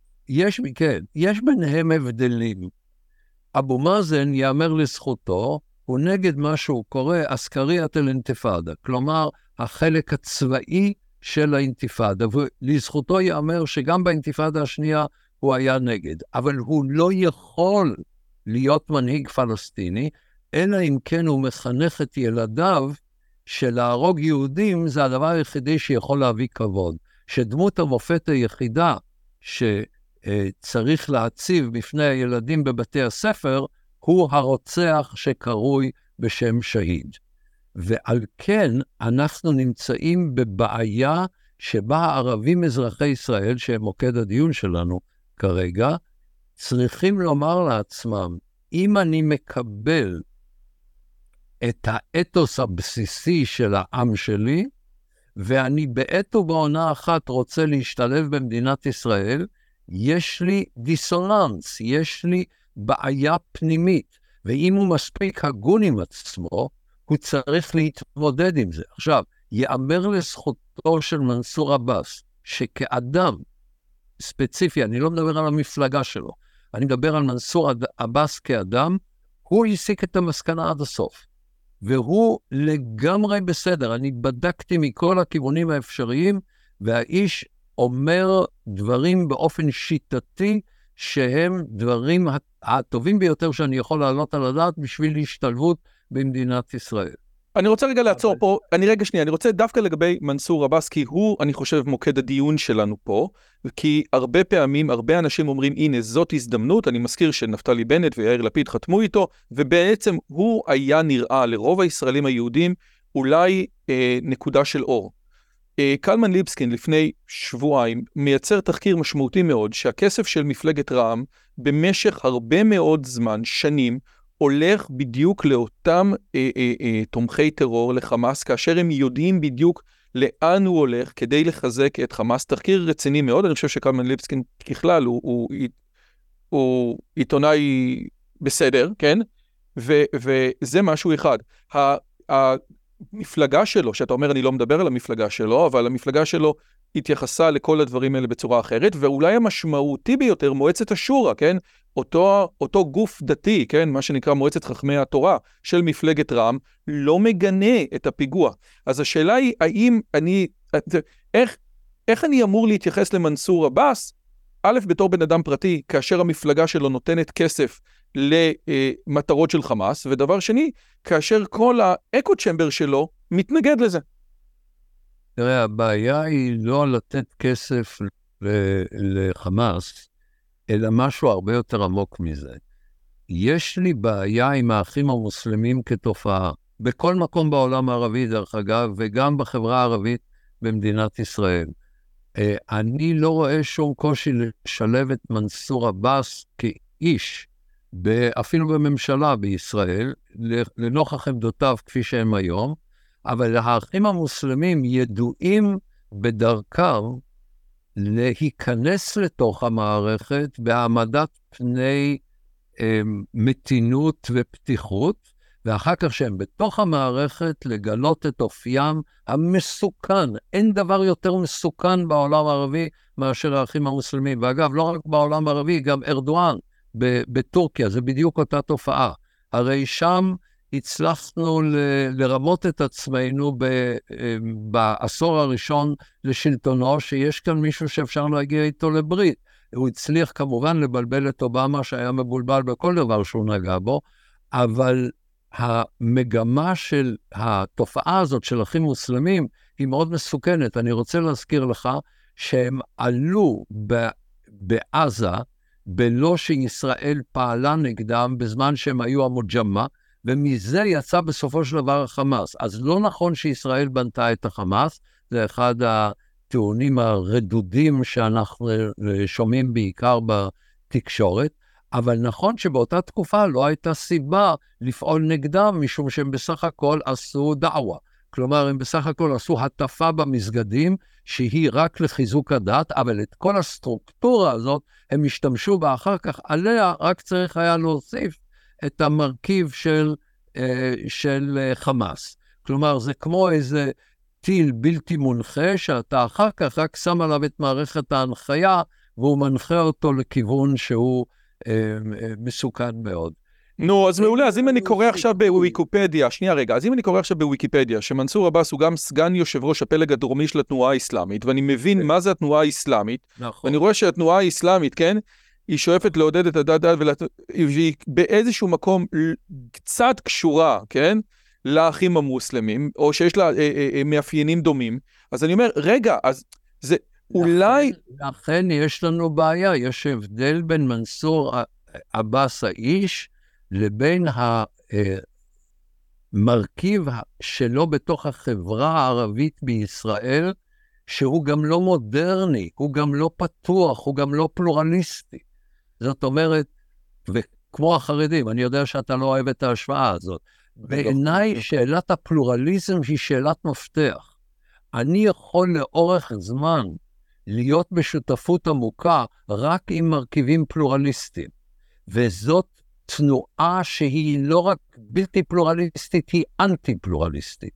יש ביניהם הבדלים. אבו מאזן, יאמר לזכותו, הוא נגד מה שהוא קורא עסקריית אל-אינתיפאדה, כלומר, החלק הצבאי של האינתיפאדה, ולזכותו יאמר שגם באינתיפאדה השנייה הוא היה נגד, אבל הוא לא יכול להיות מנהיג פלסטיני, אלא אם כן הוא מחנך את ילדיו שלהרוג יהודים זה הדבר היחידי שיכול להביא כבוד, שדמות המופת היחידה שצריך להציב בפני הילדים בבתי הספר, הוא הרוצח שקרוי בשם שהיד. ועל כן אנחנו נמצאים בבעיה שבה הערבים אזרחי ישראל, שהם מוקד הדיון שלנו כרגע, צריכים לומר לעצמם, אם אני מקבל את האתוס הבסיסי של העם שלי, ואני בעת ובעונה אחת רוצה להשתלב במדינת ישראל, יש לי דיסוננס, יש לי בעיה פנימית, ואם הוא מספיק הגון עם עצמו, הוא צריך להתמודד עם זה. עכשיו, יאמר לזכותו של מנסור עבאס, שכאדם ספציפי, אני לא מדבר על המפלגה שלו, אני מדבר על מנסור עבאס כאדם, הוא הסיק את המסקנה עד הסוף. והוא לגמרי בסדר, אני בדקתי מכל הכיוונים האפשריים, והאיש אומר דברים באופן שיטתי, שהם דברים הטובים ביותר שאני יכול לעלות על הדעת, בשביל להשתלבות במדינת ישראל. אני רוצה רגע לעצור פה, אני רוצה דווקא לגבי מנסור עבאס, כי הוא, אני חושב, מוקד הדיון שלנו פה, כי הרבה פעמים, הרבה אנשים אומרים, הנה, זאת הזדמנות, אני מזכיר שנפתלי בנט ויאיר לפיד חתמו איתו, ובעצם הוא היה נראה לרוב הישראלים היהודים, אולי נקודה של אור. קלמן ליבסקין לפני שבועיים מייצר תחקיר משמעותי מאוד, שהכסף של מפלגת רע"מ, במשך הרבה מאוד זמן, שנים, הולך בדיוק לאותם תומכי טרור לחמאס, כאשר הם יודעים בדיוק לאן הוא הולך כדי לחזק את חמאס. תחקיר רציני מאוד, אני חושב שקלמן ליבסקין ככלל הוא עיתונאי בסדר, כן? וזה משהו אחד. המפלגה שלו, שאתה אומר אני לא מדבר על המפלגה שלו, אבל המפלגה שלו התייחסה לכל הדברים האלה בצורה אחרת, ואולי המשמעותי ביותר, מועצת השורא, כן? אותו גוף דתי, כן? מה שנקרא מועצת חכמי התורה של מפלגת רע"מ, לא מגנה את הפיגוע. אז השאלה היא, איך אני אמור להתייחס למנסור עבאס, א', בתור בן אדם פרטי, כאשר המפלגה שלו נותנת כסף למטרות של חמאס, ודבר שני, כאשר כל האקו צ'מבר שלו מתנגד לזה. תראה, הבעיה היא לא לתת כסף לחמאס, אלא משהו הרבה יותר עמוק מזה. יש לי בעיה עם האחים המוסלמים כתופעה, בכל מקום בעולם הערבי דרך אגב, וגם בחברה הערבית במדינת ישראל. אני לא רואה שום קושי לשלב את מנסור עבאס כאיש, אפילו בממשלה בישראל, לנוכח עמדותיו כפי שהם היום, אבל האחים המוסלמים ידועים בדרכם להיכנס לתוך המערכת בהעמדת פני מתינות ופתיחות, ואחר כך שהם בתוך המערכת לגלות את אופיים המסוכן. אין דבר יותר מסוכן בעולם הערבי מאשר האחים המוסלמים. ואגב, לא רק בעולם הערבי, גם ארדואן בטורקיה, זה בדיוק אותה תופעה. הרי שם הצלחנו לרמות את עצמנו בעשור הראשון לשלטונו, שיש כאן מישהו שאפשר להגיע איתו לברית. הוא הצליח כמובן לבלבל את אובמה, שהיה מבולבל בכל דבר שהוא נגע בו, אבל המגמה של התופעה הזאת של אחים מוסלמים היא מאוד מסוכנת. אני רוצה להזכיר לך שהם עלו בעזה, בלא שישראל פעלה נגדם בזמן שהם היו המוג'מה, ומזה יצא בסופו של דבר החמאס. אז לא נכון שישראל בנתה את החמאס, זה אחד הטיעונים הרדודים שאנחנו שומעים בעיקר בתקשורת, אבל נכון שבאותה תקופה לא הייתה סיבה לפעול נגדם, משום שהם בסך הכל עשו דעווה. כלומר, הם בסך הכל עשו הטפה במסגדים, שהיא רק לחיזוק הדת, אבל את כל הסטרוקטורה הזאת, הם השתמשו בה אחר כך עליה, רק צריך היה להוסיף את המרכיב של חמאס. כלומר, זה כמו איזה טיל בלתי מונחה, שאתה אחר כך רק שם עליו את מערכת ההנחיה, והוא מנחה אותו לכיוון שהוא מסוכן מאוד. נו, אז מעולה, אז אם אני קורא עכשיו בוויקיפדיה, שנייה רגע, אז אם אני קורא עכשיו בוויקיפדיה, שמנסור עבאס הוא גם סגן יושב ראש הפלג הדרומי של התנועה האסלאמית, ואני מבין מה זה התנועה האסלאמית, ואני רואה שהתנועה האסלאמית, כן, היא שואפת לעודד את הדת, והיא באיזשהו מקום קצת קשורה, כן, לאחים המוסלמים, או שיש לה מאפיינים דומים, אז אני אומר, רגע, אז זה אולי... לכן יש לנו בעיה, יש הבדל בין מנסור עבאס האיש, לבין המרכיב שלו בתוך החברה הערבית בישראל, שהוא גם לא מודרני, הוא גם לא פתוח, הוא גם לא פלורליסטי. זאת אומרת, וכמו החרדים, אני יודע שאתה לא אוהב את ההשוואה הזאת, בעיניי שאלת הפלורליזם היא שאלת מפתח. אני יכול לאורך זמן להיות בשותפות עמוקה רק עם מרכיבים פלורליסטיים, וזאת תנועה שהיא לא רק בלתי פלורליסטית, היא אנטי פלורליסטית.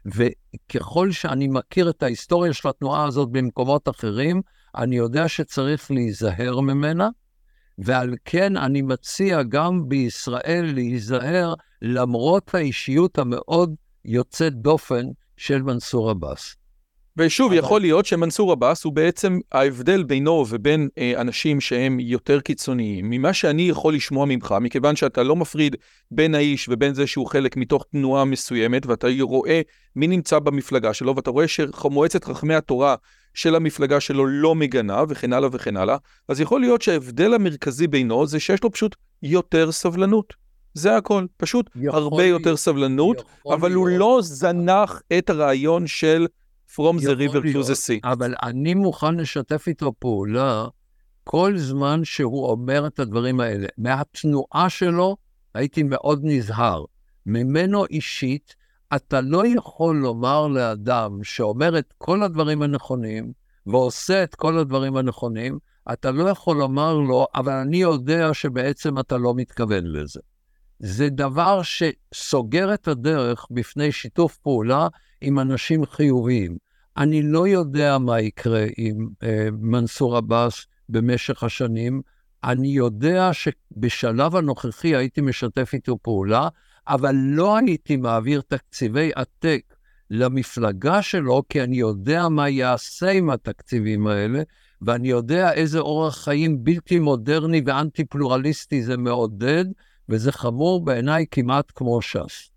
וככל שאני מכיר את ההיסטוריה של התנועה הזאת במקומות אחרים, אני יודע שצריך להיזהר ממנה, ועל כן אני מציע גם בישראל להיזהר, למרות האישיות המאוד יוצאת דופן של מנסור עבאס. ושוב, יכול להיות שמנסור עבאס הוא בעצם ההבדל בינו ובין אנשים שהם יותר קיצוניים, ממה שאני יכול לשמוע ממך, מכיוון שאתה לא מפריד בין האיש ובין זה שהוא חלק מתוך תנועה מסוימת, ואתה רואה מי נמצא במפלגה שלו, ואתה רואה שמועצת חכמי התורה של המפלגה שלו לא מגנה, וכן הלאה וכן הלאה, אז יכול להיות שההבדל המרכזי בינו זה שיש לו פשוט יותר סבלנות. זה הכל, פשוט הרבה יותר סבלנות, אבל הוא לא זנח את הרעיון של From the river to the sea. אבל אני מוכן לשתף איתו פעולה כל זמן שהוא אומר את הדברים האלה. מהתנועה שלו הייתי מאוד נזהר. ממנו אישית, אתה לא יכול לומר לאדם שאומר את כל הדברים הנכונים, ועושה את כל הדברים הנכונים, אתה לא יכול לומר לו, אבל אני יודע שבעצם אתה לא מתכוון לזה. זה דבר שסוגר את הדרך בפני שיתוף פעולה עם אנשים חיוביים. אני לא יודע מה יקרה עם מנסור עבאס במשך השנים, אני יודע שבשלב הנוכחי הייתי משתף איתו פעולה, אבל לא הייתי מעביר תקציבי עתק למפלגה שלו, כי אני יודע מה יעשה עם התקציבים האלה, ואני יודע איזה אורח חיים בלתי מודרני ואנטי פלורליסטי זה מעודד, וזה חמור בעיניי כמעט כמו ש"ס.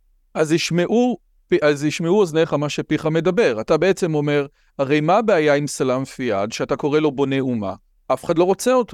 אז ישמעו אוזניך מה שפיך מדבר. אתה בעצם אומר, הרי מה הבעיה עם סלאם פיאד, שאתה קורא לו בונה אומה? אף אחד לא רוצה אותו.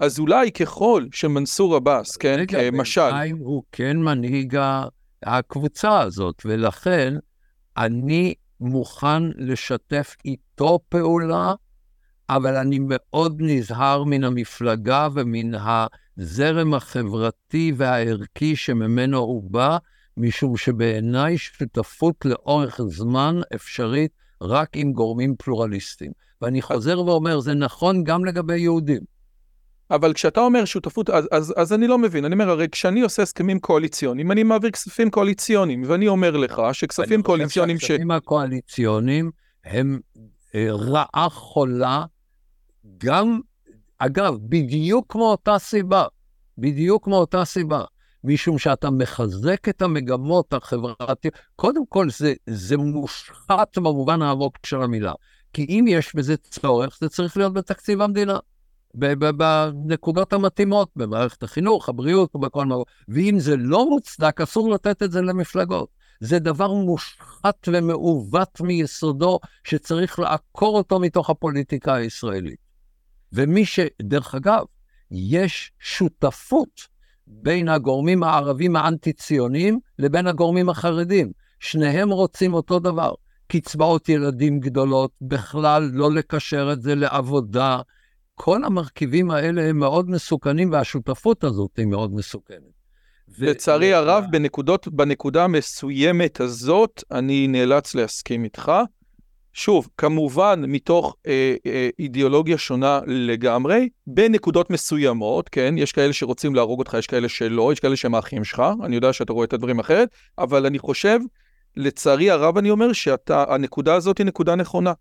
אז אולי ככל שמנסור עבאס, כן, כמשל. בינתיים הוא כן מנהיג הקבוצה הזאת, ולכן אני מוכן לשתף איתו פעולה, אבל אני מאוד נזהר מן המפלגה ומן הזרם החברתי והערכי שממנו הוא בא, משום שבעיניי שותפות לאורך זמן אפשרית רק עם גורמים פלורליסטיים. ואני חוזר ואומר, זה נכון גם לגבי יהודים. אבל כשאתה אומר שותפות, אז אני לא מבין. אני אומר, הרי כשאני עושה הסכמים קואליציוניים, אני מעביר כספים קואליציוניים, ואני אומר לך שכספים קואליציוניים אני חושב שהכספים הקואליציוניים הם רעה חולה, גם, אגב, בדיוק כמו אותה סיבה, משום שאתה מחזק את המגמות החברתיות. קודם כל, זה מושחת במובן העמוק של המילה, כי אם יש בזה צורך, זה צריך להיות בתקציב המדינה. בנקודות המתאימות, במערכת החינוך, הבריאות ובכל מקום. ואם זה לא מוצדק, אסור לתת את זה למפלגות. זה דבר מושחת ומעוות מיסודו, שצריך לעקור אותו מתוך הפוליטיקה הישראלית. דרך אגב, יש שותפות בין הגורמים הערבים האנטי-ציוניים לבין הגורמים החרדים. שניהם רוצים אותו דבר. קצבאות ילדים גדולות, בכלל לא לקשר את זה לעבודה, כל המרכיבים האלה הם מאוד מסוכנים, והשותפות הזאת היא מאוד מסוכנת. לצערי הרב, בנקודה המסוימת הזאת, אני נאלץ להסכים איתך. שוב, כמובן, מתוך אידיאולוגיה שונה לגמרי, בנקודות מסוימות, כן? יש כאלה שרוצים להרוג אותך, יש כאלה שלא, יש כאלה שהם האחים שלך, אני יודע שאתה רואה את הדברים אחרת, אבל אני חושב, לצערי הרב אני אומר שהנקודה הזאת היא נקודה נכונה,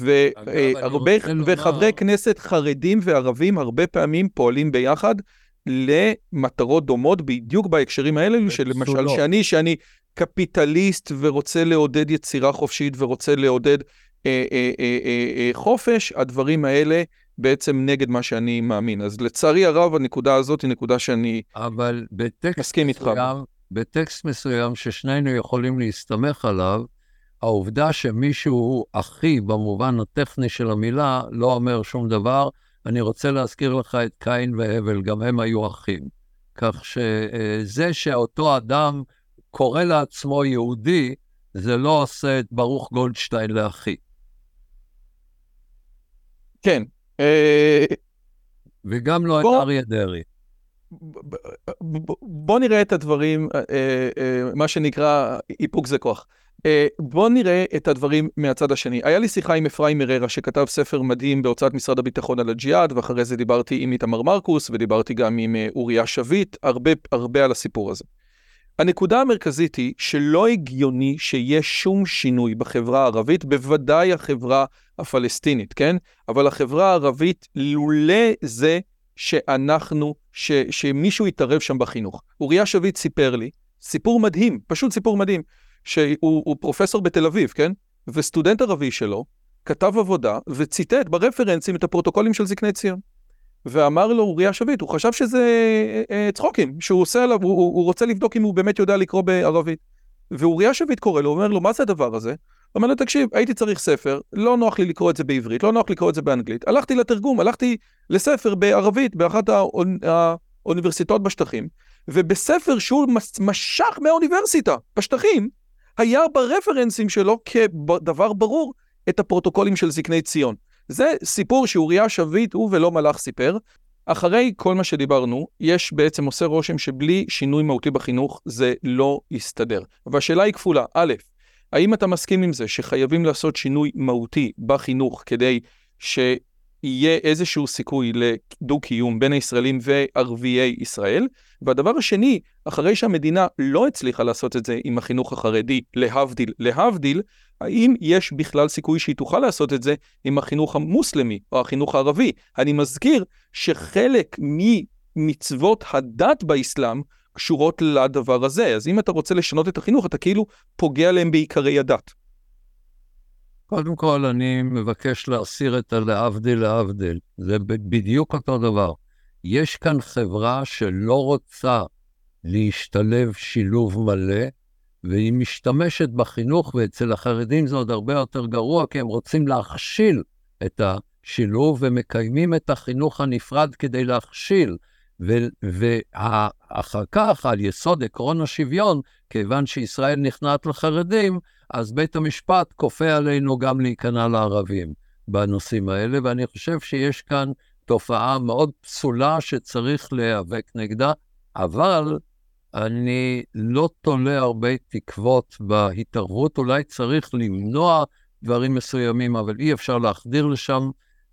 וחברי כנסת חרדים וערבים הרבה פעמים פועלים ביחד למטרות דומות בדיוק בהקשרים האלה, שלמשל שאני קפיטליסט ורוצה לעודד יצירה חופשית ורוצה לעודד חופש, הדברים האלה בעצם נגד מה שאני מאמין. אז לצערי הרב הנקודה הזאת היא נקודה שאני מסכים איתך. בטקסט מסוים ששנינו יכולים להסתמך עליו, העובדה שמישהו הוא אחי במובן הטכני של המילה, לא אומר שום דבר. אני רוצה להזכיר לך את קין והבל, גם הם היו אחים. כך שזה שאותו אדם קורא לעצמו יהודי, זה לא עושה את ברוך גולדשטיין לאחי. כן. וגם לא את אריה דרעי. בוא נראה את הדברים, מה שנקרא איפוק זה כוח. בוא נראה את הדברים מהצד השני. היה לי שיחה עם אפרים מררה שכתב ספר מדהים בהוצאת משרד הביטחון על הג'יהאד, ואחרי זה דיברתי עם איתמר מרקוס, ודיברתי גם עם אוריה שביט, הרבה על הסיפור הזה. הנקודה המרכזית היא שלא הגיוני שיש שום שינוי בחברה הערבית, בוודאי החברה הפלסטינית, כן? אבל החברה הערבית לולא זה שמישהו יתערב שם בחינוך. אוריה שביט סיפר לי, סיפור מדהים, פשוט סיפור מדהים, שהוא פרופסור בתל אביב, כן? וסטודנט ערבי שלו כתב עבודה וציטט ברפרנסים את הפרוטוקולים של זקני ציון. ואמר לו אוריה שביט, הוא חשב שזה צחוקים, שהוא עושה עליו, הוא רוצה לבדוק אם הוא באמת יודע לקרוא בערבית. ואוריה שביט קורא לו, אומר לו, מה זה הדבר הזה? הוא אומר לו, תקשיב, הייתי צריך ספר, לא נוח לי לקרוא את זה בעברית, לא נוח לקרוא את זה באנגלית. הלכתי לתרגום, הלכתי לספר בערבית, באחת האוניברסיטאות בשטחים, ובספר שהוא משך מהאוניברסיטה בשטחים, היה ברפרנסים שלו כדבר ברור את הפרוטוקולים של זקני ציון. זה סיפור שאוריה שביט הוא ולא מלאך סיפר. אחרי כל מה שדיברנו, יש בעצם עושה רושם שבלי שינוי מהותי בחינוך זה לא יסתדר. והשאלה היא כפולה. א', האם אתה מסכים עם זה שחייבים לעשות שינוי מהותי בחינוך כדי שיהיה איזשהו סיכוי לדו-קיום בין הישראלים וערביי ישראל? והדבר השני, אחרי שהמדינה לא הצליחה לעשות את זה עם החינוך החרדי, להבדיל, האם יש בכלל סיכוי שהיא תוכל לעשות את זה עם החינוך המוסלמי או החינוך הערבי? אני מזכיר שחלק ממצוות הדת באסלאם קשורות לדבר הזה, אז אם אתה רוצה לשנות את החינוך, אתה כאילו פוגע להם בעיקרי הדת. קודם כל, אני מבקש להסיר את להבדיל. זה בדיוק אותו דבר. יש כאן חברה שלא רוצה להשתלב שילוב מלא, והיא משתמשת בחינוך, ואצל החרדים זה עוד הרבה יותר גרוע, כי הם רוצים להכשיל את שילוב ומקיימים את החינוך הנפרד כדי להכשיל, ואחר כך על יסוד עקרון השוויון, כיוון שישראל נכנעת לחרדים, אז בית המשפט כופה עלינו גם להיכנע לערבים בנושאים האלה, ואני חושב שיש כאן תופעה מאוד פסולה שצריך להיאבק נגדה, אבל אני לא תולה הרבה תקוות בהתערבות, אולי צריך למנוע דברים מסוימים, אבל אי אפשר להחדיר לשם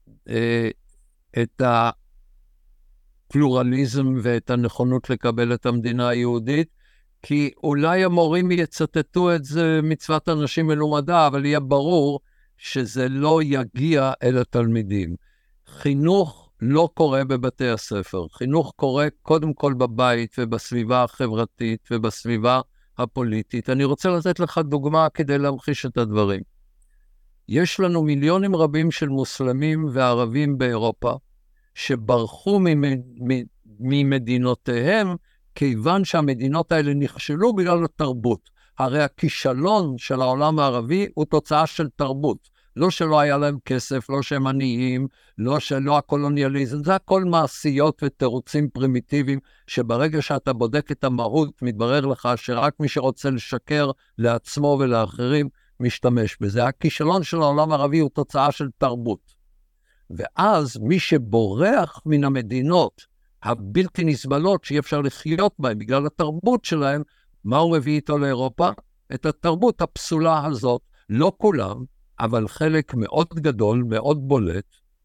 את הפלורליזם ואת הנכונות לקבל את המדינה היהודית, כי אולי המורים יצטטו את זה מצוות אנשים מלומדה, אבל יהיה ברור שזה לא יגיע אל התלמידים. חינוך לא קורה בבתי הספר, חינוך קורה קודם כל בבית ובסביבה החברתית ובסביבה הפוליטית. אני רוצה לתת לך דוגמה כדי להמחיש את הדברים. יש לנו מיליונים רבים של מוסלמים וערבים באירופה, שברחו ממדינותיהם, כיוון שהמדינות האלה נכשלו בגלל התרבות. הרי הכישלון של העולם הערבי הוא תוצאה של תרבות. לא שלא היה להם כסף, לא שהם עניים, לא שלא הקולוניאליזם, זה הכל מעשיות ותירוצים פרימיטיביים, שברגע שאתה בודק את המהות, מתברר לך שרק מי שרוצה לשקר לעצמו ולאחרים, משתמש בזה. הכישלון של העולם הערבי הוא תוצאה של תרבות. ואז מי שבורח מן המדינות הבלתי נסבלות שאי אפשר לחיות בהן בגלל התרבות שלהם, מה הוא מביא איתו לאירופה? את התרבות הפסולה הזאת, לא כולם, אבל חלק מאוד גדול, מאוד בולט,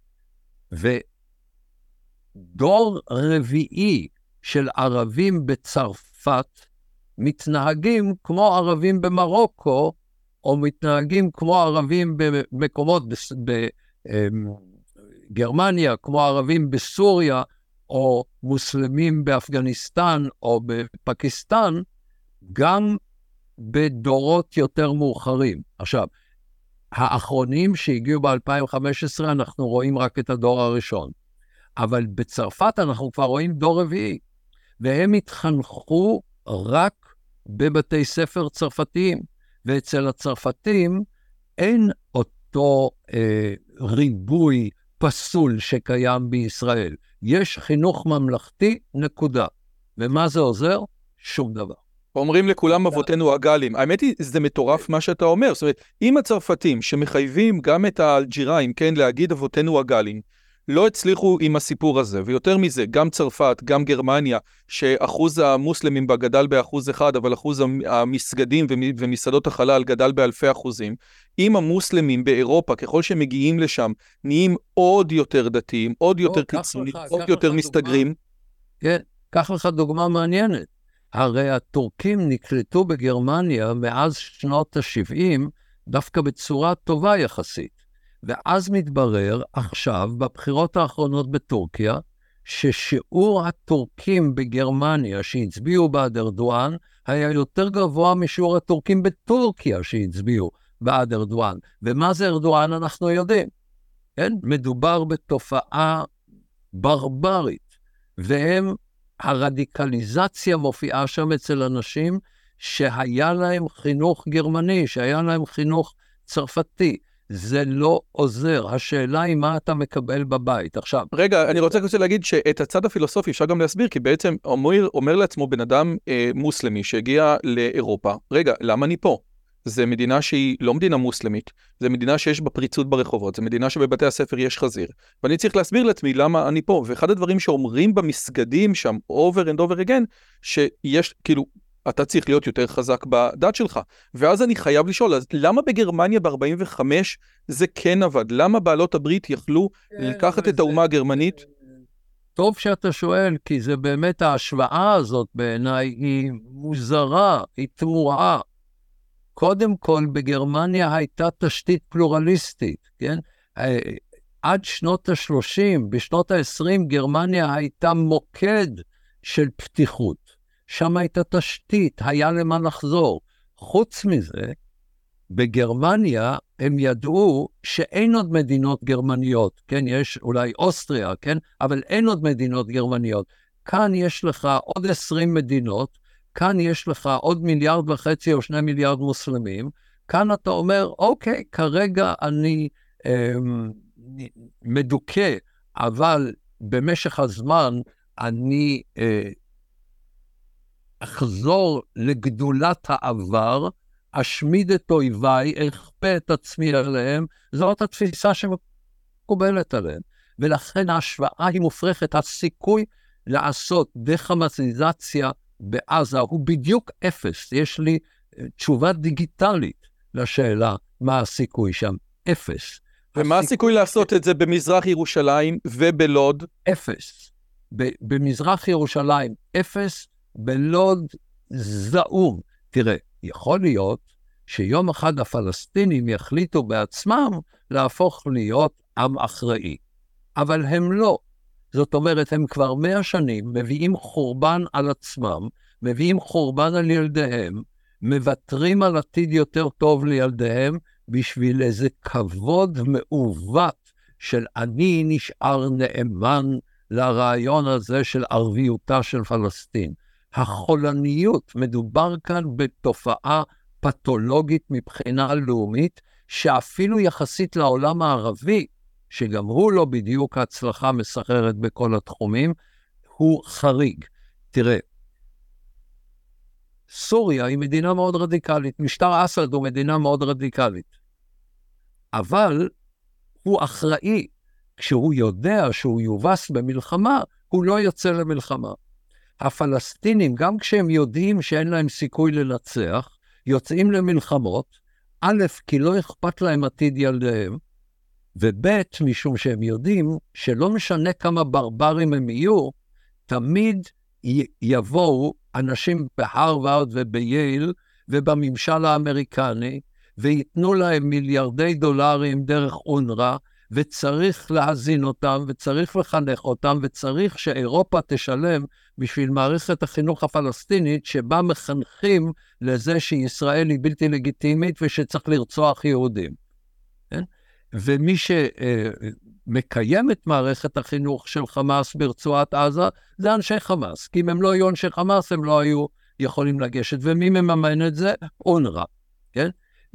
ודור רביעי של ערבים בצרפת מתנהגים כמו ערבים במרוקו, או מתנהגים כמו ערבים במקומות בגרמניה, כמו ערבים בסוריה, או מוסלמים באפגניסטן או בפקיסטן, גם בדורות יותר מאוחרים. עכשיו, האחרונים שהגיעו ב-2015, אנחנו רואים רק את הדור הראשון. אבל בצרפת אנחנו כבר רואים דור רביעי, והם התחנכו רק בבתי ספר צרפתיים, ואצל הצרפתים אין אותו ריבוי פסול שקיים בישראל. יש חינוך ממלכתי, נקודה. ומה זה עוזר? שום דבר. אומרים לכולם אבותינו הגלים. האמת היא, זה מטורף מה שאתה אומר. זאת אומרת, אם הצרפתים שמחייבים גם את האלג'יראים, כן, להגיד אבותינו הגלים, לא הצליחו עם הסיפור הזה, ויותר מזה, גם צרפת, גם גרמניה, שאחוז המוסלמים בה גדל ב1%, אבל אחוז המסגדים ומסעדות החלל גדל באלפי אחוזים. אם המוסלמים באירופה, ככל שהם מגיעים לשם, נהיים עוד יותר דתיים, עוד יותר קיצוניים, עוד יותר מסתגרים. כן, קח לך דוגמה מעניינת. הרי הטורקים נקלטו בגרמניה מאז שנות ה-70, דווקא בצורה טובה יחסית. ואז מתברר עכשיו, בבחירות האחרונות בטורקיה, ששיעור הטורקים בגרמניה שהצביעו בעד ארדואן, היה יותר גבוה משיעור הטורקים בטורקיה שהצביעו בעד ארדואן. ומה זה ארדואן אנחנו יודעים. כן? מדובר בתופעה ברברית, והם, הרדיקליזציה מופיעה שם אצל אנשים שהיה להם חינוך גרמני, שהיה להם חינוך צרפתי. זה לא עוזר. השאלה היא מה אתה מקבל בבית. עכשיו, רגע, אני רוצה להגיד שאת הצד הפילוסופי אפשר גם להסביר, כי בעצם אומר לעצמו בן אדם מוסלמי שהגיע לאירופה, רגע, למה אני פה? זה מדינה שהיא לא מדינה מוסלמית, זה מדינה שיש בה פריצות ברחובות, זה מדינה שבבתי הספר יש חזיר, ואני צריך להסביר לעצמי למה אני פה, ואחד הדברים שאומרים במסגדים שם, over and over again, שיש, כאילו, אתה צריך להיות יותר חזק בדת שלך, ואז אני חייב לשאול, אז למה בגרמניה ב-45 זה כן עבד? למה בעלות הברית יכלו לקחת את האומה הגרמנית? טוב שאתה שואל, כי זה באמת ההשוואה הזאת בעיניי היא מוזרה, היא תמוהה. קודם כל, בגרמניה הייתה תשתית פלורליסטית, כן? עד שנות ה-30, בשנות ה-20, גרמניה הייתה מוקד של פתיחות. שם הייתה תשתית, היה למה לחזור. חוץ מזה, בגרמניה הם ידעו שאין עוד מדינות גרמניות, כן? יש אולי אוסטריה, כן? אבל אין עוד מדינות גרמניות. כאן יש לך עוד 20 מדינות, כאן יש לך עוד 1.5 מיליארד או 2 מיליארד מוסלמים, כאן אתה אומר, אוקיי, כרגע אני מדוכא, אבל במשך הזמן אני אחזור לגדולת העבר, אשמיד את אויביי, אכפה את עצמי עליהם, זאת התפיסה שמקובלת עליהם. ולכן ההשוואה היא מופרכת, הסיכוי לעשות דחמאסיזציה בעזה הוא בדיוק אפס. יש לי תשובה דיגיטלית לשאלה מה הסיכוי שם, אפס. ומה הסיכוי לעשות את זה במזרח ירושלים ובלוד? אפס. במזרח ירושלים, אפס, בלוד זעום. תראה, יכול להיות שיום אחד הפלסטינים יחליטו בעצמם להפוך להיות עם אחראי. אבל הם לא. זאת אומרת, הם כבר 100 שנים מביאים חורבן על עצמם, מביאים חורבן על ילדיהם, מוותרים על עתיד יותר טוב לילדיהם, בשביל איזה כבוד מעוות של אני נשאר נאמן לרעיון הזה של ערביותה של פלסטין. החולניות, מדובר כאן בתופעה פתולוגית מבחינה לאומית, שאפילו יחסית לעולם הערבי, שגם הוא לא בדיוק הצלחה מסחררת בכל התחומים, הוא חריג. תראה, סוריה היא מדינה מאוד רדיקלית, משטר אסד הוא מדינה מאוד רדיקלית, אבל הוא אחראי, כשהוא יודע שהוא יובס במלחמה, הוא לא יוצא למלחמה. הפלסטינים, גם כשהם יודעים שאין להם סיכוי לנצח, יוצאים למלחמות, א', כי לא אכפת להם עתיד ילדיהם, וב', משום שהם יודעים שלא משנה כמה ברברים הם יהיו, תמיד יבואו אנשים בהרווארד ובייל ובממשל האמריקני, ויתנו להם מיליארדי דולרים דרך אונר"א, וצריך להזין אותם, וצריך לחנך אותם, וצריך שאירופה תשלם בשביל מערכת החינוך הפלסטינית, שבה מחנכים לזה שישראל היא בלתי לגיטימית, ושצריך לרצוח יהודים. כן? ומי שמקיים את מערכת החינוך של חמאס ברצועת עזה, זה אנשי חמאס. כי אם הם לא היו אנשי חמאס, הם לא היו יכולים לגשת. ומי מממן את זה? אונר"א. כן?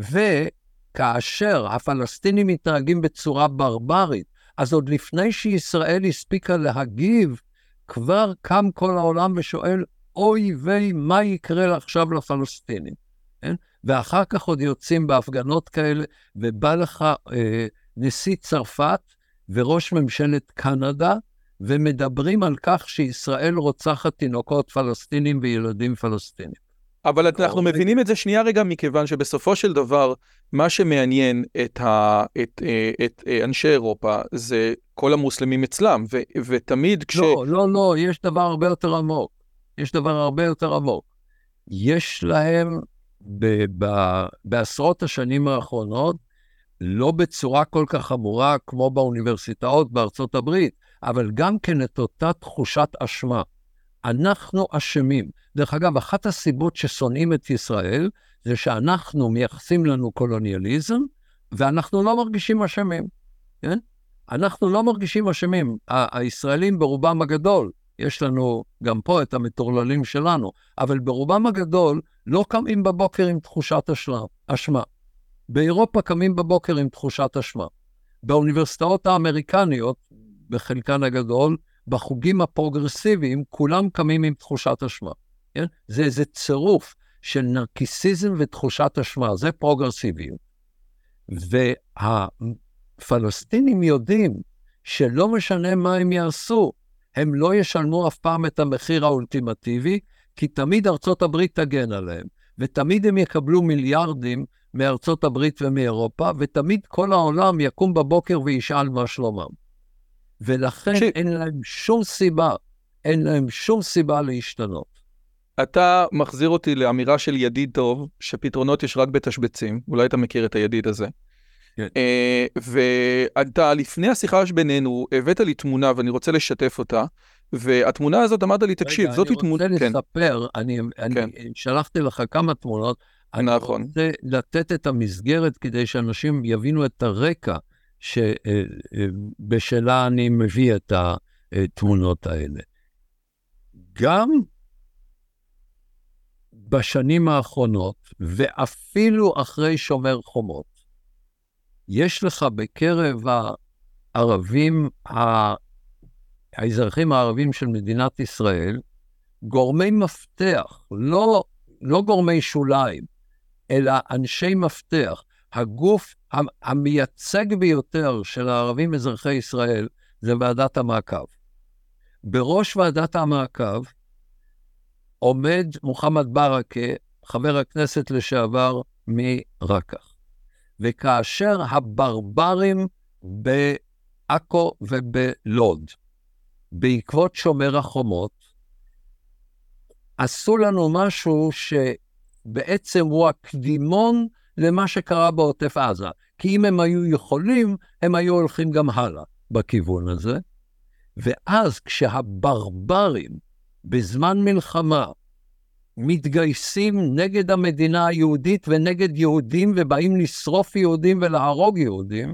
וכאשר הפלסטינים מתנהגים בצורה ברברית, אז עוד לפני שישראל הספיקה להגיב, כבר קם כל העולם ושואל, אוי ויי, מה יקרה עכשיו לפלסטינים? כן? ואחר כך עוד יוצאים בהפגנות כאלה, ובא לך נשיא צרפת וראש ממשלת קנדה, ומדברים על כך שישראל רוצחת תינוקות פלסטינים וילדים פלסטינים. אבל אנחנו מבינים את זה שנייה רגע, מכיוון שבסופו של דבר, מה שמעניין את אנשי אירופה, זה כל המוסלמים אצלם, ותמיד כש... לא, יש דבר הרבה יותר עמוק. יש דבר הרבה יותר עמוק. יש להם בעשרות השנים האחרונות, לא בצורה כל כך חמורה כמו באוניברסיטאות בארצות הברית, אבל גם כן את אותה תחושת אשמה. אנחנו אשמים. דרך אגב, אחת הסיבות ששונאים את ישראל, זה שאנחנו מייחסים לנו קולוניאליזם, ואנחנו לא מרגישים אשמים. כן? אנחנו לא מרגישים אשמים. הישראלים ברובם הגדול, יש לנו גם פה את המטורללים שלנו, אבל ברובם הגדול לא קמים בבוקר עם תחושת אשמה. באירופה קמים בבוקר עם תחושת אשמה. באוניברסיטאות האמריקניות, בחלקן הגדול, בחוגים הפרוגרסיביים, כולם קמים עם תחושת אשמה. כן? זה איזה צירוף של נרקיסיזם ותחושת אשמה, זה פרוגרסיביות. והפלסטינים יודעים שלא משנה מה הם יעשו, הם לא ישלמו אף פעם את המחיר האולטימטיבי, כי תמיד ארצות הברית תגן עליהם, ותמיד הם יקבלו מיליארדים מארצות הברית ומאירופה, ותמיד כל העולם יקום בבוקר וישאל מה שלומם. ולכן אין להם שום סיבה להשתנות. אתה מחזיר אותי לאמירה של ידיד טוב, שפתרונות יש רק בתשבצים, אולי אתה מכיר את הידיד הזה. כן. ואתה לפני השיחה שבינינו, הבאת לי תמונה ואני רוצה לשתף אותה, והתמונה הזאת אמרת לי, תקשיב, זאת תמונה... אני רוצה לספר, אני שלחתי לך כמה תמונות, אני רוצה לתת את המסגרת כדי שאנשים יבינו את הרקע, שבשלה אני מביא את התמונות האלה. גם בשנים האחרונות, ואפילו אחרי שומר חומות, יש לך בקרב האזרחים הערבים של מדינת ישראל, גורמי מפתח, לא גורמי שוליים, אלא אנשי מפתח. הגוף המייצג ביותר של הערבים אזרחי ישראל זה ועדת המעקב. בראש ועדת המעקב עומד מוחמד ברכה, חבר הכנסת לשעבר מרקח. וכאשר הברברים בעכו ובלוד, בעקבות שומר החומות, עשו לנו משהו שבעצם הוא הקדימון למה שקרה בעוטף עזה. כי אם הם היו יכולים, הם היו הולכים גם הלאה בכיוון הזה. ואז כשהברברים בזמן מלחמה מתגייסים נגד המדינה היהודית ונגד יהודים ובאים לשרוף יהודים ולהרוג יהודים,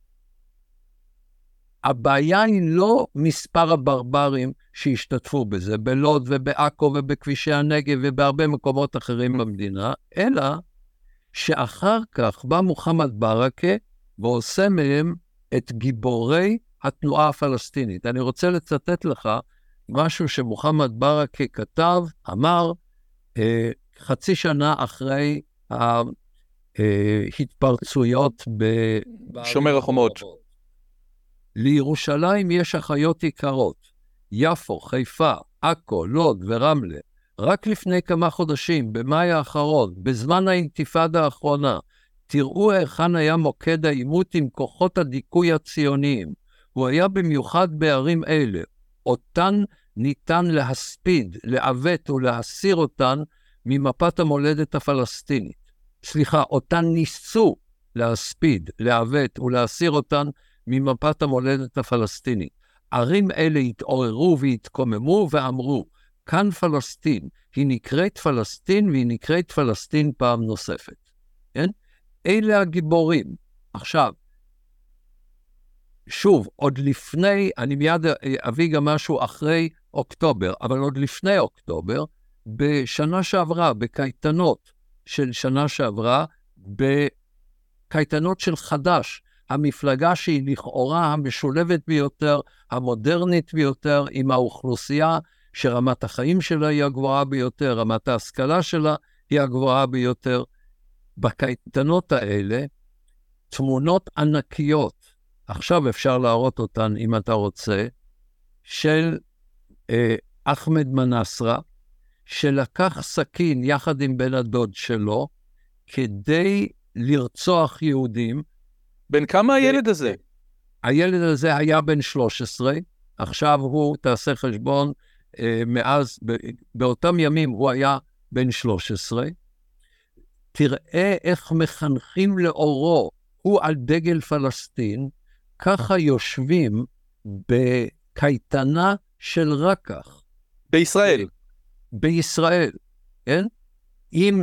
הבעיה היא לא מספר הברברים שהשתתפו בזה, בלוד ובעכו ובכבישי הנגב ובהרבה מקומות אחרים במדינה, אלא שאחר כך בא מוחמד ברכה ועושה מהם את גיבורי התנועה הפלסטינית. אני רוצה לצטט לך משהו שמוחמד ברכה כתב, אמר, חצי שנה אחרי ההתפרצויות שומר החומות. לירושלים יש אחיות יקרות, יפו, חיפה, עכו, לוד ורמלה. רק לפני כמה חודשים, במאי האחרון, בזמן האינתיפאדה האחרונה, תראו היכן היה מוקד העימות עם כוחות הדיכוי הציוניים. הוא היה במיוחד בערים אלה. אותן ניתן להספיד, לעוות ולהסיר אותן ממפת המולדת הפלסטינית. אותן ניסו להספיד, לעוות ולהסיר אותן ממפת המולדת הפלסטינית. ערים אלה התעוררו והתקוממו ואמרו, כאן פלסטין, היא נקראת פלסטין והיא נקראת פלסטין פעם נוספת. כן? אלה הגיבורים. עכשיו, שוב, עוד לפני, אני מיד אביא גם משהו אחרי אוקטובר, אבל עוד לפני אוקטובר, בשנה שעברה, בקייטנות של שנה שעברה, בקייטנות של חד"ש, המפלגה שהיא לכאורה המשולבת ביותר, המודרנית ביותר, עם האוכלוסייה שרמת החיים שלה היא הגבוהה ביותר, רמת ההשכלה שלה היא הגבוהה ביותר. בקייטנות האלה, תמונות ענקיות, עכשיו אפשר להראות אותן אם אתה רוצה, של אחמד מנסרה, שלקח סכין יחד עם בן הדוד שלו, כדי לרצוח יהודים. בן כמה הילד הזה? הילד הזה היה בן 13, עכשיו הוא, תעשה חשבון, מאז, באותם ימים הוא היה בן 13, תראה איך מחנכים לאורו, הוא על דגל פלסטין, ככה יושבים בקייטנה של רקח. בישראל. בישראל, כן? עם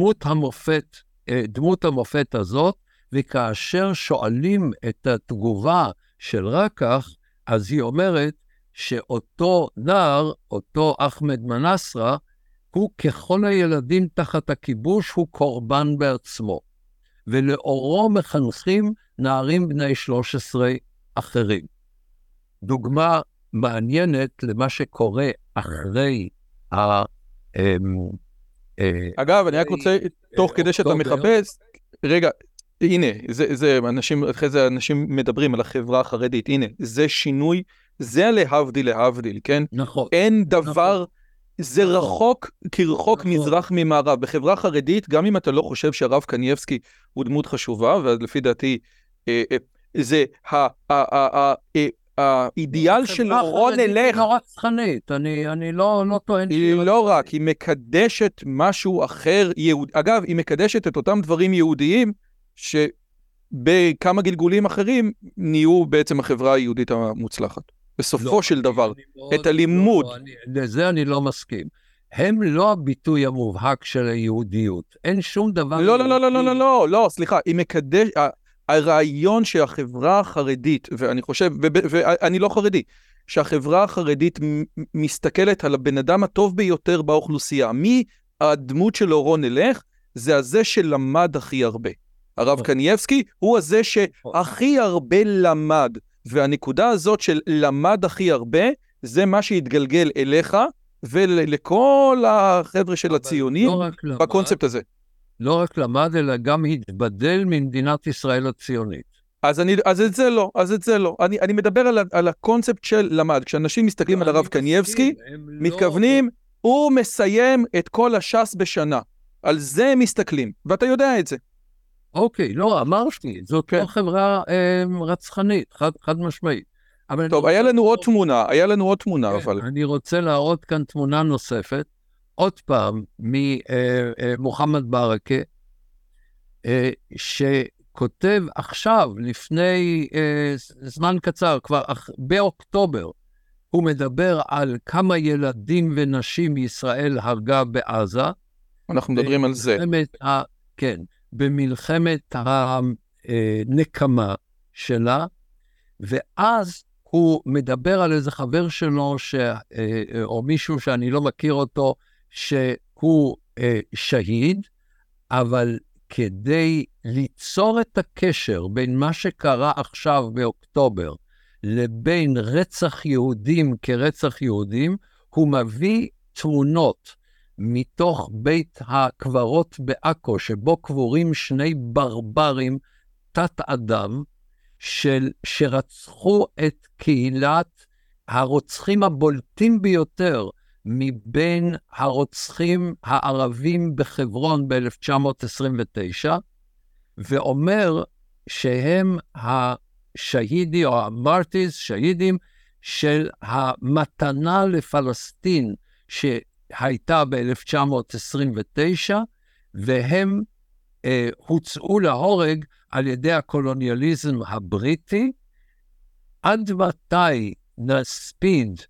דמות המופת הזאת, וכאשר שואלים את התגובה של רקח, אז היא אומרת שאותו נער, אותו אחמד מנסרה, הוא ככל הילדים תחת הכיבוש, הוא קורבן בעצמו. ולאורו מחנכים נערים בני 13 אחרים. דוגמה מעניינת למה שקורה אחרי אגב, אני רק רוצה, תוך כדי שאתה מחפש, רגע, הנה, אחרי זה אנשים מדברים על החברה החרדית, הנה, זה שינוי, זה להבדיל, כן? נכון. אין דבר, זה רחוק כרחוק מזרח ממערב. בחברה חרדית, גם אם אתה לא חושב שהרב קנייבסקי הוא דמות חשובה, ולפי דעתי, זה האידיאל של רון אלך. היא נורא צחנית, אני לא טוען. היא לא רק, היא מקדשת משהו אחר, אגב, היא מקדשת את אותם דברים יהודיים, שבכמה גלגולים אחרים נהיו בעצם החברה היהודית המוצלחת. בסופו של דבר, את הלימוד. לזה אני לא מסכים. הם לא הביטוי המובהק של היהודיות. אין שום דבר... לא, סליחה, היא מקדשת... הרעיון שהחברה החרדית, ואני חושב, ואני לא חרדי, שהחברה החרדית מסתכלת על הבן אדם הטוב ביותר באוכלוסייה. מי הדמות של רון אלך? זה הזה שלמד הכי הרבה. הרב קנייבסקי הוא הזה שהכי הרבה למד, והנקודה הזאת של למד הכי הרבה, זה מה שהתגלגל אליך, ולכל החבר'ה של הציונים, בקונספט הזה. לא רק למד, אלא גם התבדל ממדינת ישראל הציונית. אז את זה לא. אני מדבר על הקונספט של למד. כשאנשים מסתכלים על הרב קנייבסקי, מתכוונים, הוא מסיים את כל הש"ס בשנה. על זה הם מסתכלים, ואתה יודע את זה. אוקיי, לא, אמרתי, זאת לא חברה רצחנית, חד משמעית. טוב, היה לנו עוד תמונה, אבל... אני רוצה להראות כאן תמונה נוספת, עוד פעם, ממוחמד ברכה, שכותב עכשיו, לפני זמן קצר, כבר באוקטובר, הוא מדבר על כמה ילדים ונשים מישראל הרגה בעזה. אנחנו מדברים על זה. כן, במלחמת הנקמה שלה, ואז הוא מדבר על איזה חבר שלו, או מישהו שאני לא מכיר אותו, שהוא שהיד, אבל כדי ליצור את הקשר בין מה שקרה עכשיו באוקטובר, לבין רצח יהודים כרצח יהודים, הוא מביא תמונות מתוך בית הקברות בעכו, שבו קבורים שני ברברים תת אדם, שרצחו את קהילת הרוצחים הבולטים ביותר, מבין הרוצחים הערבים בחברון ב-1929, ואומר שהם השהידי או המרטיז, שהידים, של המתנה לפלסטין שהייתה ב-1929, והם הוצאו להורג על ידי הקולוניאליזם הבריטי. עד מתי נספיד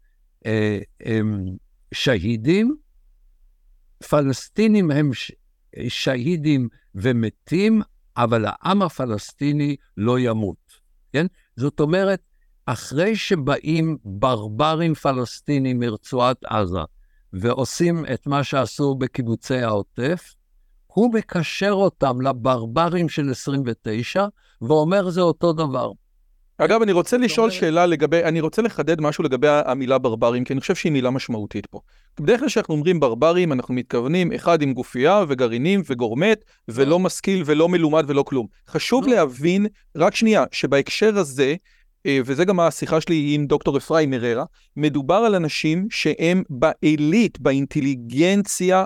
שהידים? פלסטינים הם שהידים ומתים, אבל העם הפלסטיני לא ימות. כן? זאת אומרת, אחרי שבאים ברברים פלסטינים מרצועת עזה, ועושים את מה שעשו בקיבוצי העוטף, הוא מקשר אותם לברברים של 29, ואומר זה אותו דבר. אגב, אני רוצה לשאול שאלה לגבי, אני רוצה לחדד משהו לגבי המילה ברברים, כי אני חושב שהיא מילה משמעותית פה. בדרך כלל שאנחנו אומרים ברברים, אנחנו מתכוונים אחד עם גופייה וגרעינים וגורמת, ולא משכיל ולא מלומד ולא כלום. חשוב להבין, רק שנייה, שבהקשר הזה, וזה גם השיחה שלי עם דוקטור אפרים מררה, מדובר על אנשים שהם באליט, באינטליגנציה,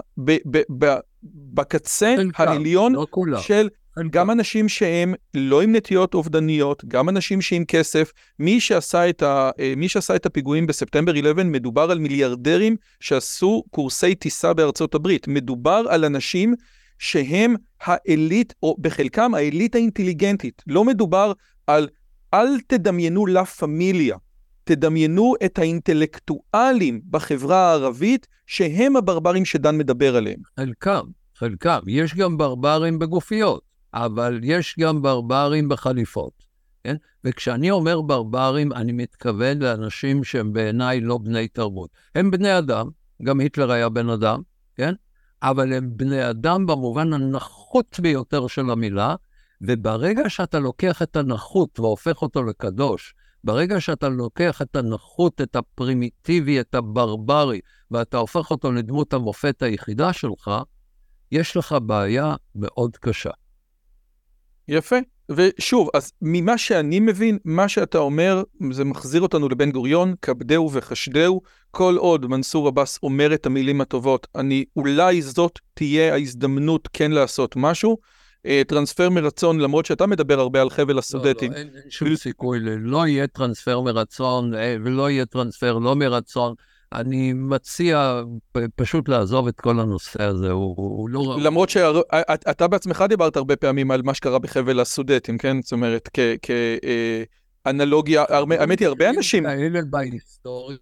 בקצה העליון של גם אנשים שהם לא עם נטיות אובדניות, גם אנשים שעם כסף. מי שעשה את הפיגועים בספטמבר 11, מדובר על מיליארדרים שעשו קורסי טיסה בארצות הברית. מדובר על אנשים שהם האליט, או בחלקם האליט האינטליגנטית. לא מדובר על, אל תדמיינו לה פמיליה, תדמיינו את האינטלקטואלים בחברה הערבית, שהם הברברים שדן מדבר עליהם. חלקם. יש גם ברברים בגופיות, אבל יש גם ברברים בחליפות. כן? וכשאני אומר ברברים, אני מתכוון לאנשים שהם בעיניי לא בני תרבות. הם בני אדם, גם היטלר היה בן אדם, כן? אבל הם בני אדם במובן הנחות ביותר של המילה, וברגע שאתה לוקח את הנחות והופך אותו לקדוש, ברגע שאתה לוקח את הנחות, את הפרימיטיבי, את הברברי, ואתה הופך אותו לדמות המופת היחידה שלך, יש לך בעיה מאוד קשה. יפה. ושוב, אז ממה שאני מבין, מה שאתה אומר, זה מחזיר אותנו לבן גוריון, כבדהו וחשדהו, כל עוד מנסור עבאס אומר את המילים הטובות, אולי זאת תהיה ההזדמנות כן לעשות משהו, טרנספר מרצון, למרות שאתה מדבר הרבה על חבל הסודטים. לא, אין שום סיכוי, לא יהיה טרנספר מרצון, ולא יהיה טרנספר לא מרצון. אני מציע פשוט לעזוב את כל הנושא הזה, הוא לא... למרות שאתה בעצמך דיברת הרבה פעמים על מה שקרה בחבל הסודטים, כן? זאת אומרת, כאנלוגיה, האמת היא הרבה אנשים... כאלה בהיסטוריה,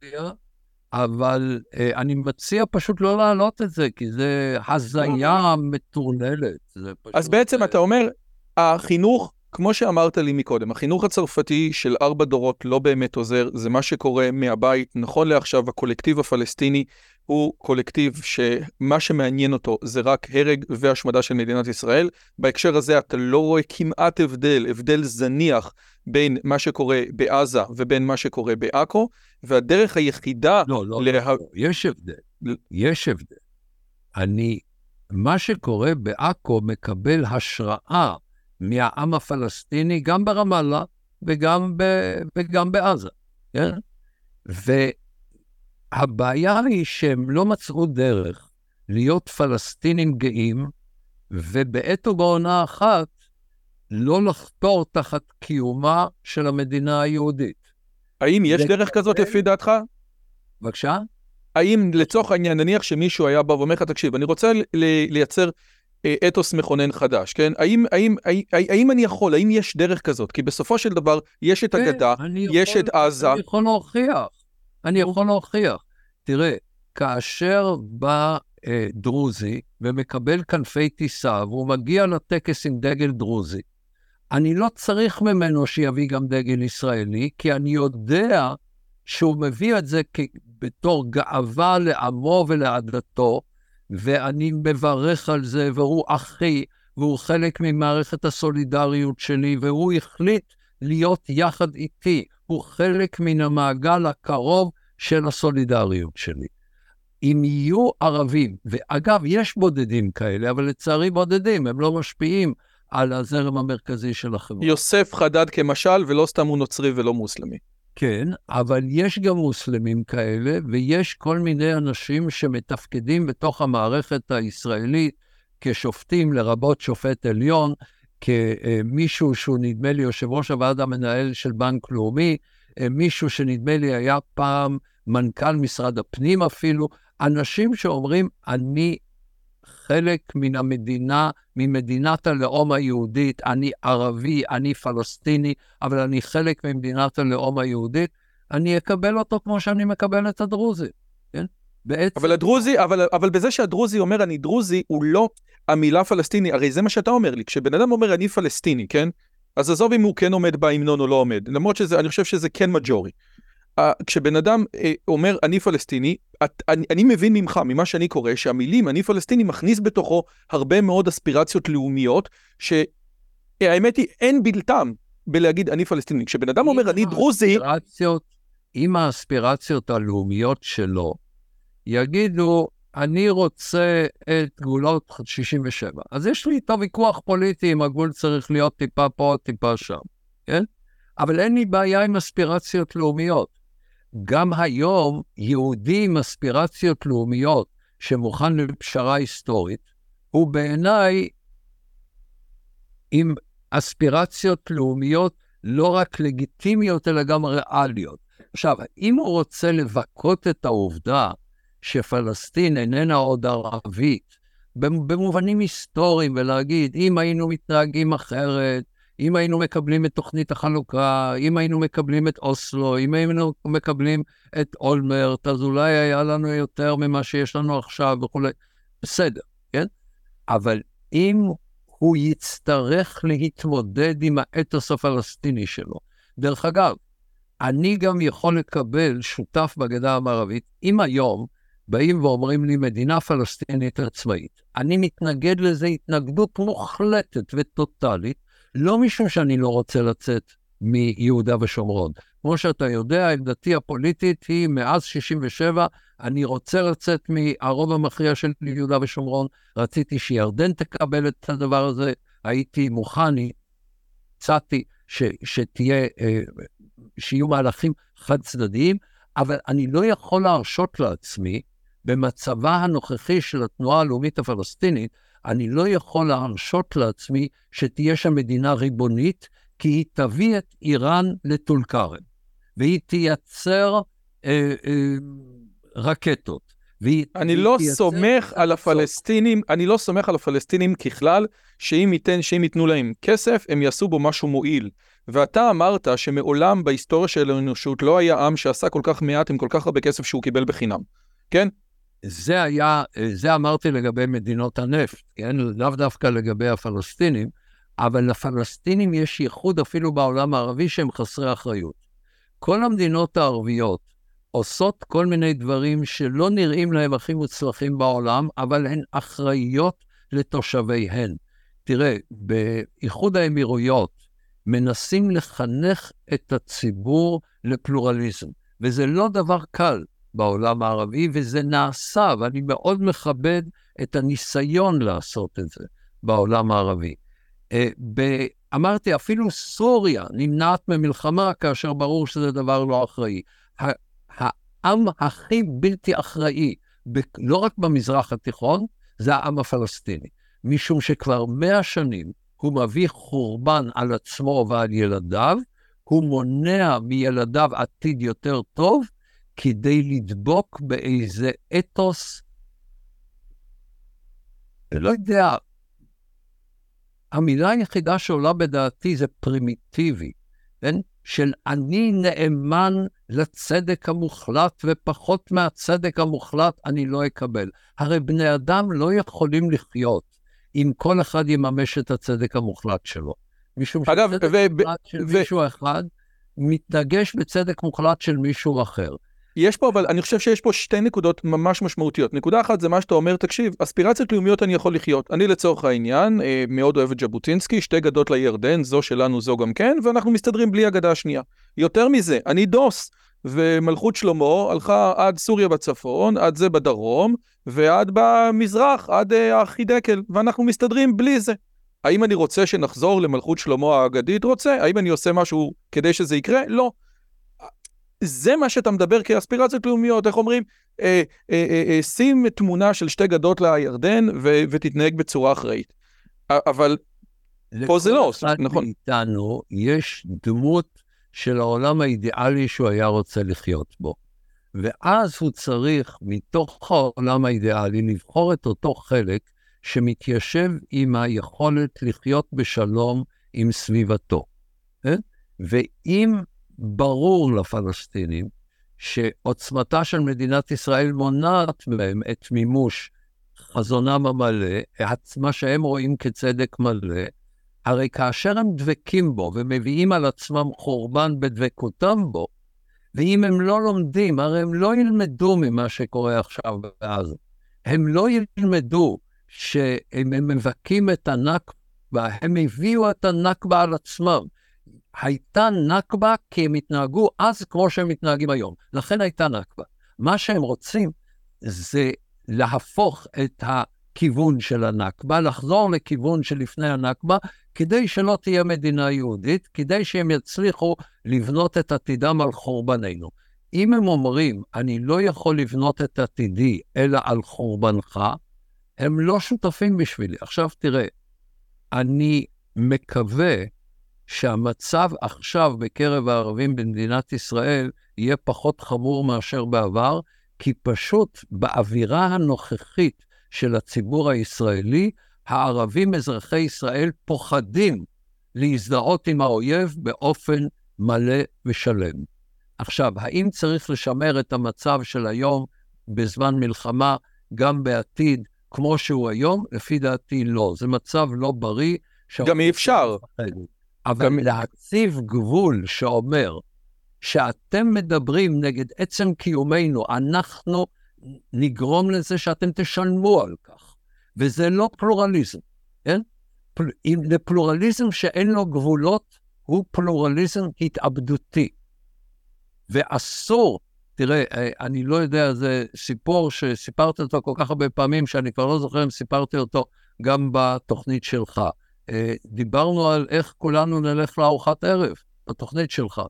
אבל אני מציע פשוט לא להעלות את זה, כי זה הזיה מטורללת. אז בעצם אתה אומר, החינוך, כמו שאמרת לי מקודם, החינוך הצרפתי של 4 דורות לא באמת עוזר, זה מה שקורה מהבית, נכון לעכשיו הקולקטיב הפלסטיני הוא קולקטיב שמה שמעניין אותו זה רק הרג והשמדה של מדינת ישראל. בהקשר הזה אתה לא רואה כמעט הבדל זניח בין מה שקורה בעזה ובין מה שקורה בעכו, והדרך היחידה... לא, יש הבדל. מה שקורה בעכו מקבל השראה מהעם הפלסטיני, גם ברמאללה וגם בעזה. כן? והבעיה היא שהם לא מצאו דרך להיות פלסטינים גאים, ובעת ובעונה אחת לא לחתור תחת קיומה של המדינה היהודית. האם יש דרך כזאת לפי דעתך? בבקשה? האם לצורך העניין, נניח שמישהו היה בא ואומר לך, תקשיב, אני רוצה לייצר אתוס מכונן חדש, כן? האם אני יכול, האם יש דרך כזאת? כי בסופו של דבר יש את הגדה, יש את עזה. אני יכול להוכיח. תראה, כאשר בא דרוזי ומקבל כנפי טיסה, והוא מגיע לטקס עם דגל דרוזי, אני לא צריך ממנו שיביא גם דגל ישראלי, כי אני יודע שהוא מביא את זה בתור גאווה לעמו ולעדתו, ואני מברך על זה, והוא אחי, והוא חלק ממערכת הסולידריות שלי, והוא החליט להיות יחד איתי, הוא חלק מן המעגל הקרוב של הסולידריות שלי. אם יהיו ערבים, ואגב, יש בודדים כאלה, אבל לצערי בודדים, הם לא משפיעים על הזרם המרכזי של החברה. יוסף חדד כמשל, ולא סתם הוא נוצרי ולא מוסלמי. כן, אבל יש גם מוסלמים כאלה, ויש כל מיני אנשים שמתפקדים בתוך המערכת הישראלית כשופטים, לרבות שופט עליון, כמישהו שהוא נדמה לי יושב ראש הוועד המנהל של בנק לאומי, מישהו שנדמה לי היה פעם מנכ"ל משרד הפנים אפילו, אנשים שאומרים, אני חלק מן המדינה, ממדינת הלאום היהודית, אני ערבי, אני פלסטיני, אבל אני חלק ממדינת הלאום היהודית, אני אקבל אותו כמו שאני מקבל את הדרוזי, כן? בעצם... אבל הדרוזי, אבל בזה שהדרוזי אומר אני דרוזי, הוא לא המילה פלסטיני, הרי זה מה שאתה אומר לי, כשבן אדם אומר אני פלסטיני, כן? אז עזוב אם הוא כן עומד בהמנון או לא עומד, למרות שאני חושב שזה כן מג'ורי. כשבן אדם אומר אני פלסטיני, אני מבין ממך, ממה שאני קורא, שהמילים אני פלסטיני מכניס בתוכו הרבה מאוד אספירציות לאומיות, שהאמת היא אין בלתם בלהגיד אני פלסטיני. כשבן אדם אומר אני דרוזי... אם האספירציות הלאומיות שלו יגידו אני רוצה את גבולות 67, אז יש לי איתו ויכוח פוליטי אם הגבול צריך להיות טיפה פה, טיפה שם, כן? אבל אין לי בעיה עם אספירציות לאומיות. גם היום יהודי עם אספירציות לאומיות שמוכן לפשרה היסטורית, הוא בעיניי עם אספירציות לאומיות לא רק לגיטימיות אלא גם ריאליות. עכשיו, אם הוא רוצה לבכות את העובדה שפלסטין איננה עוד ערבית, במובנים היסטוריים ולהגיד אם היינו מתנהגים אחרת, אם היינו מקבלים את תוכנית החלוקה, אם היינו מקבלים את אוסלו, אם היינו מקבלים את אולמרט, אז אולי היה לנו יותר ממה שיש לנו עכשיו וכו'. בסדר, כן? אבל אם הוא יצטרך להתמודד עם האתוס הפלסטיני שלו, דרך אגב, אני גם יכול לקבל שותף בגדה המערבית, אם היום באים ואומרים לי מדינה פלסטינית עצמאית, אני מתנגד לזה התנגדות מוחלטת וטוטלית, לא משום שאני לא רוצה לצאת מיהודה ושומרון. כמו שאתה יודע, עמדתי הפוליטית היא מאז 67, אני רוצה לצאת מהרוב המכריע של יהודה ושומרון, רציתי שירדן תקבל את הדבר הזה, הייתי מוכן, הצעתי שיהיו מהלכים חד צדדיים, אבל אני לא יכול להרשות לעצמי, במצבה הנוכחי של התנועה הלאומית הפלסטינית, אני לא יכול להרשות לעצמי שתהיה שם מדינה ריבונית, כי היא תביא את איראן לטול כרם, והיא תייצר רקטות. אני לא סומך על הפלסטינים, אני לא סומך על הפלסטינים ככלל, שאם ייתנו להם כסף, הם יעשו בו משהו מועיל. ואתה אמרת שמעולם בהיסטוריה של האנושות לא היה עם שעשה כל כך מעט עם כל כך הרבה כסף שהוא קיבל בחינם. כן? זה אמרתי לגבי מדינות הנפט, כן? לאו דווקא לגבי הפלסטינים, אבל לפלסטינים יש ייחוד אפילו בעולם הערבי שהם חסרי אחריות. כל המדינות הערביות עושות כל מיני דברים שלא נראים להם הכי מוצלחים בעולם, אבל הן אחראיות לתושביהן. תראה, באיחוד האמירויות מנסים לחנך את הציבור לפלורליזם, וזה לא דבר קל בעולם הערבי, וזה נעשה, ואני מאוד מכבד את הניסיון לעשות את זה בעולם הערבי. אמרתי, אפילו סוריה נמנעת ממלחמה, כאשר ברור שזה דבר לא אחראי. העם הכי בלתי אחראי, לא רק במזרח התיכון, זה העם הפלסטיני. משום שכבר 100 שנים הוא מביא חורבן על עצמו ועל ילדיו, הוא מונע מילדיו עתיד יותר טוב, כדי לדבוק באיזה אתוס, לא יודע, המילה היחידה שעולה בדעתי זה פרימיטיבי, כן? של אני נאמן לצדק המוחלט, ופחות מהצדק המוחלט אני לא אקבל. הרי בני אדם לא יכולים לחיות אם כל אחד יממש את הצדק המוחלט שלו. משום שצדק מוחלט של מישהו אחד מתנגש בצדק מוחלט של מישהו אחר. יש פה, אבל אני חושב שיש פה שתי נקודות ממש משמעותיות. נקודה אחת זה מה שאתה אומר, תקשיב, אספירציות לאומיות אני יכול לחיות. אני לצורך העניין מאוד אוהב את ז'בוטינסקי, 2 גדות לירדן, זו שלנו זו גם כן, ואנחנו מסתדרים בלי הגדה השנייה. יותר מזה, אני דוס, ומלכות שלמה הלכה עד סוריה בצפון, עד זה בדרום, ועד במזרח, עד החידקל, ואנחנו מסתדרים בלי זה. האם אני רוצה שנחזור למלכות שלמה האגדית? רוצה. האם אני עושה משהו כדי שזה יקרה? לא. זה מה שאתה מדבר כאספירציות לאומיות, איך אומרים? שים תמונה של 2 גדות לירדן ותתנהג בצורה אחראית. אבל פה זה לא, נכון. לכל אחד מאיתנו יש דמות של העולם האידיאלי שהוא היה רוצה לחיות בו. ואז הוא צריך מתוך העולם האידיאלי לבחור את אותו חלק שמתיישב עם היכולת לחיות בשלום עם סביבתו. ואם ברור לפלסטינים שעוצמתה של מדינת ישראל מונעת מהם את מימוש חזונם המלא, מה שהם רואים כצדק מלא, הרי כאשר הם דבקים בו ומביאים על עצמם חורבן בדבקותם בו, ואם הם לא לומדים, הרי הם לא ילמדו ממה שקורה עכשיו בעזה. הם לא ילמדו שהם מבקים את הנכבה, הם הביאו את הנכבה על עצמם. הייתה נכבה כי הם התנהגו אז כמו שהם מתנהגים היום. לכן הייתה נכבה. מה שהם רוצים זה להפוך את הכיוון של הנכבה, לחזור לכיוון שלפני הנכבה, כדי שלא תהיה מדינה יהודית, כדי שהם יצליחו לבנות את עתידם על חורבננו. אם הם אומרים, אני לא יכול לבנות את עתידי אלא על חורבנך, הם לא שותפים בשבילי. עכשיו תראה, אני מקווה שהמצב עכשיו בקרב הערבים במדינת ישראל יהיה פחות חמור מאשר בעבר, כי פשוט באווירה הנוכחית של הציבור הישראלי, הערבים אזרחי ישראל פוחדים להזדהות עם האויב באופן מלא ושלם. עכשיו, האם צריך לשמר את המצב של היום בזמן מלחמה גם בעתיד כמו שהוא היום? לפי דעתי לא. זה מצב לא בריא. גם אי אפשר. אבל להציב גבול שאומר שאתם מדברים נגד עצם קיומנו, אנחנו נגרום לזה שאתם תשלמו על כך. וזה לא פלורליזם, כן? לפלורליזם שאין לו גבולות, הוא פלורליזם התאבדותי. ואסור, תראה, אני לא יודע, זה סיפור שסיפרתי אותו כל כך הרבה פעמים, שאני כבר לא זוכר אם סיפרתי אותו גם בתוכנית שלך. דיברנו על איך כולנו נלך לארוחת ערב, בתוכנית שלך.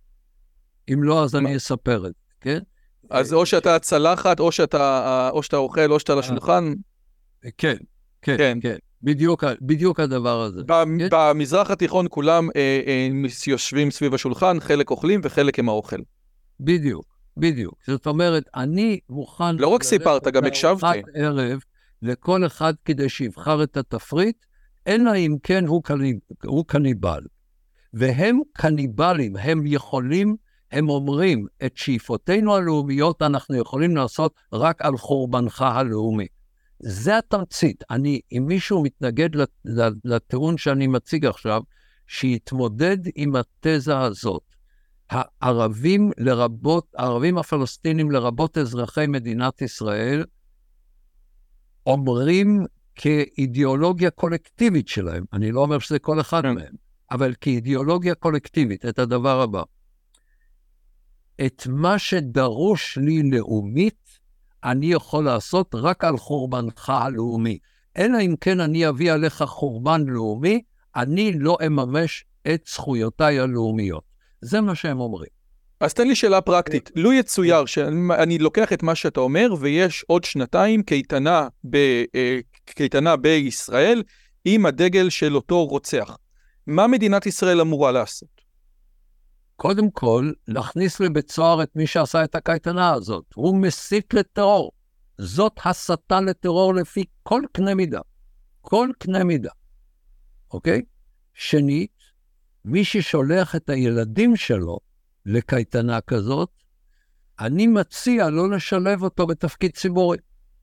אם לא, אז אני אספר את זה, כן? אז או שאתה צלחת, או שאתה אוכל, או שאתה על השולחן. כן, כן, כן. בדיוק הדבר הזה. במזרח התיכון כולם יושבים סביב השולחן, חלק אוכלים וחלק עם האוכל. בדיוק. זאת אומרת, אני מוכן... לא רק סיפרת, גם הקשבתי. ערב לכל אחד כדי שיבחר את התפריט, אלא אם כן הוא קניבל. והם קניבלים, הם יכולים, הם אומרים, את שאיפותינו הלאומיות אנחנו יכולים לעשות רק על חורבנך הלאומי. זה התמצית. אם מישהו מתנגד לטיעון שאני מציג עכשיו, שיתמודד עם התזה הזאת. הערבים הפלסטינים לרבות אזרחי מדינת ישראל, אומרים כאידיאולוגיה קולקטיבית שלהם, אני לא אומר שזה כל אחד מהם, אבל כאידיאולוגיה קולקטיבית, את הדבר הבא. את מה שדרוש לי לאומית, אני יכול לעשות רק על חורבנך הלאומי. אלא אם כן אני אביא עליך חורבן לאומי, אני לא אממש את זכויותיי הלאומיות. זה מה שהם אומרים. אז תן לי שאלה פרקטית. לו יצויר שאני לוקח את מה שאתה אומר, ויש עוד שנתיים קייטנה בישראל, עם הדגל של אותו רוצח. מה מדינת ישראל אמורה לעשות? קודם כל, להכניס לבית סוהר את מי שעשה את הקייטנה הזאת. הוא מסית לטרור. זאת הסתה לטרור לפי כל קנה מידה. כל קנה מידה. אוקיי? שנית, מי ששולח את הילדים שלו לקייטנה כזאת, אני מציע לא לשלב אותו בתפקיד ציבורי.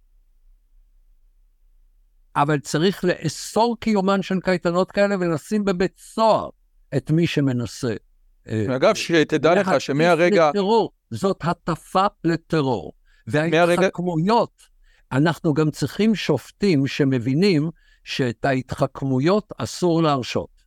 אבל צריך לאסור קיומן של קייטנות כאלה ולשים בבית סוהר את מי שמנסה. אגב, שתדע לך שמהרגע... לטרור, זאת הטפה לטרור. וההתחכמויות, אנחנו גם צריכים שופטים שמבינים שאת ההתחכמויות אסור להרשות.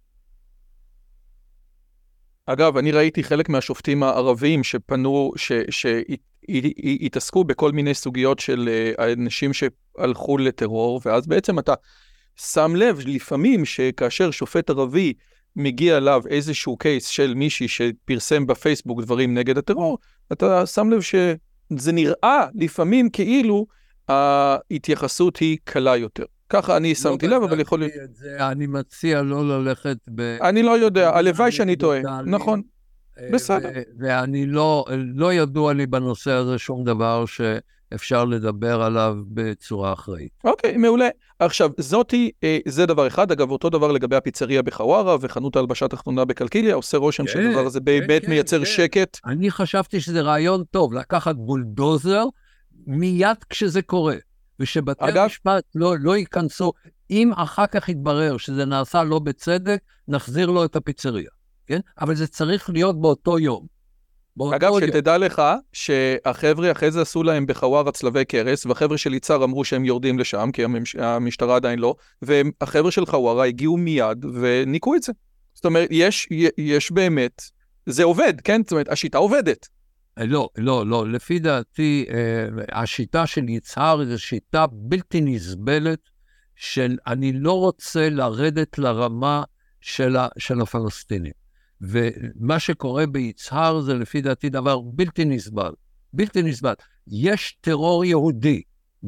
אגב, אני ראיתי חלק מהשופטים הערביים שפנו, שהתעסקו בכל מיני סוגיות של אנשים שהלכו לטרור, ואז בעצם אתה שם לב לפעמים שכאשר שופט ערבי מגיע אליו איזשהו קייס של מישהי שפרסם בפייסבוק דברים נגד הטרור, אתה שם לב שזה נראה לפעמים כאילו ההתייחסות היא קלה יותר. ככה אני שמתי לב, אבל יכול להיות... אני מציע לא ללכת אני לא יודע, הלוואי שאני טועה. נכון, בסדר. ואני לא ידוע לי בנושא הזה שום דבר שאפשר לדבר עליו בצורה אחראית. אוקיי, מעולה. עכשיו, זה דבר אחד. אגב, אותו דבר לגבי הפיצריה בחווארה וחנות ההלבשה התחתונה בקלקיליה, עושה רושם שהדבר הזה באמת מייצר שקט. אני חשבתי שזה רעיון טוב, לקחת בולדוזר מיד כשזה קורה. ושבתי המשפט לא ייכנסו, אם אחר כך יתברר שזה נעשה לא בצדק, נחזיר לו את הפיצריה, כן? אבל זה צריך להיות באותו יום. אגב, שתדע לך שהחבר'ה אחרי זה עשו להם בחווארה צלבי קרס, והחבר'ה של יצהר אמרו שהם יורדים לשם, כי המשטרה עדיין לא, והחבר'ה של חווארה הגיעו מיד וניקו את זה. זאת אומרת, יש באמת, זה עובד, כן? זאת אומרת, השיטה עובדת. לא, לפי דעתי, השיטה של יצהר זו שיטה בלתי נסבלת, של אני לא רוצה לרדת לרמה של הפלסטינים. ומה שקורה ביצהר זה לפי דעתי דבר בלתי נסבל. בלתי נסבל. יש טרור יהודי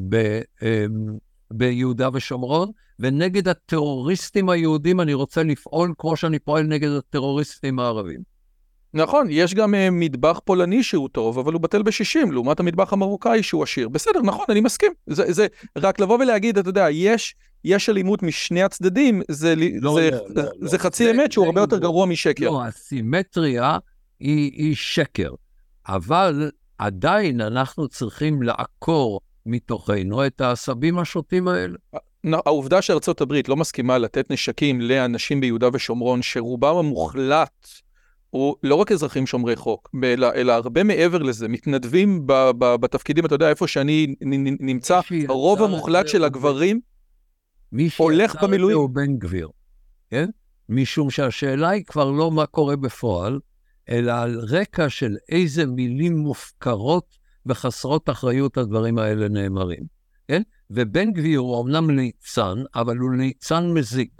ביהודה ושומרון, ונגד הטרוריסטים היהודים אני רוצה לפעול כמו שאני פועל נגד הטרוריסטים הערבים. נכון, יש גם מטבח פולני שהוא טוב, אבל הוא בטל ב-60, לעומת המטבח המרוקאי שהוא עשיר. בסדר, נכון, אני מסכים. זה רק לבוא ולהגיד, אתה יודע, יש אלימות משני הצדדים, זה חצי אמת שהוא הרבה יותר גרוע משקר. לא, הסימטריה היא שקר, אבל עדיין אנחנו צריכים לעקור מתוכנו את העשבים השוטים האלה. העובדה שארצות הברית לא מסכימה לתת נשקים לאנשים ביהודה ושומרון, שרובם המוחלט, הוא לא רק אזרחים שומרי חוק, אלא הרבה מעבר לזה, מתנדבים בתפקידים, אתה יודע, איפה שאני נמצא, הרוב המוחלט של הגברים הולך במילואים. הוא בן גביר, כן? משום שהשאלה היא כבר לא מה קורה בפועל, אלא על רקע של איזה מילים מופקרות וחסרות אחריות הדברים האלה נאמרים, כן? ובן גביר הוא אומנם ליצן, אבל הוא ליצן מזיק.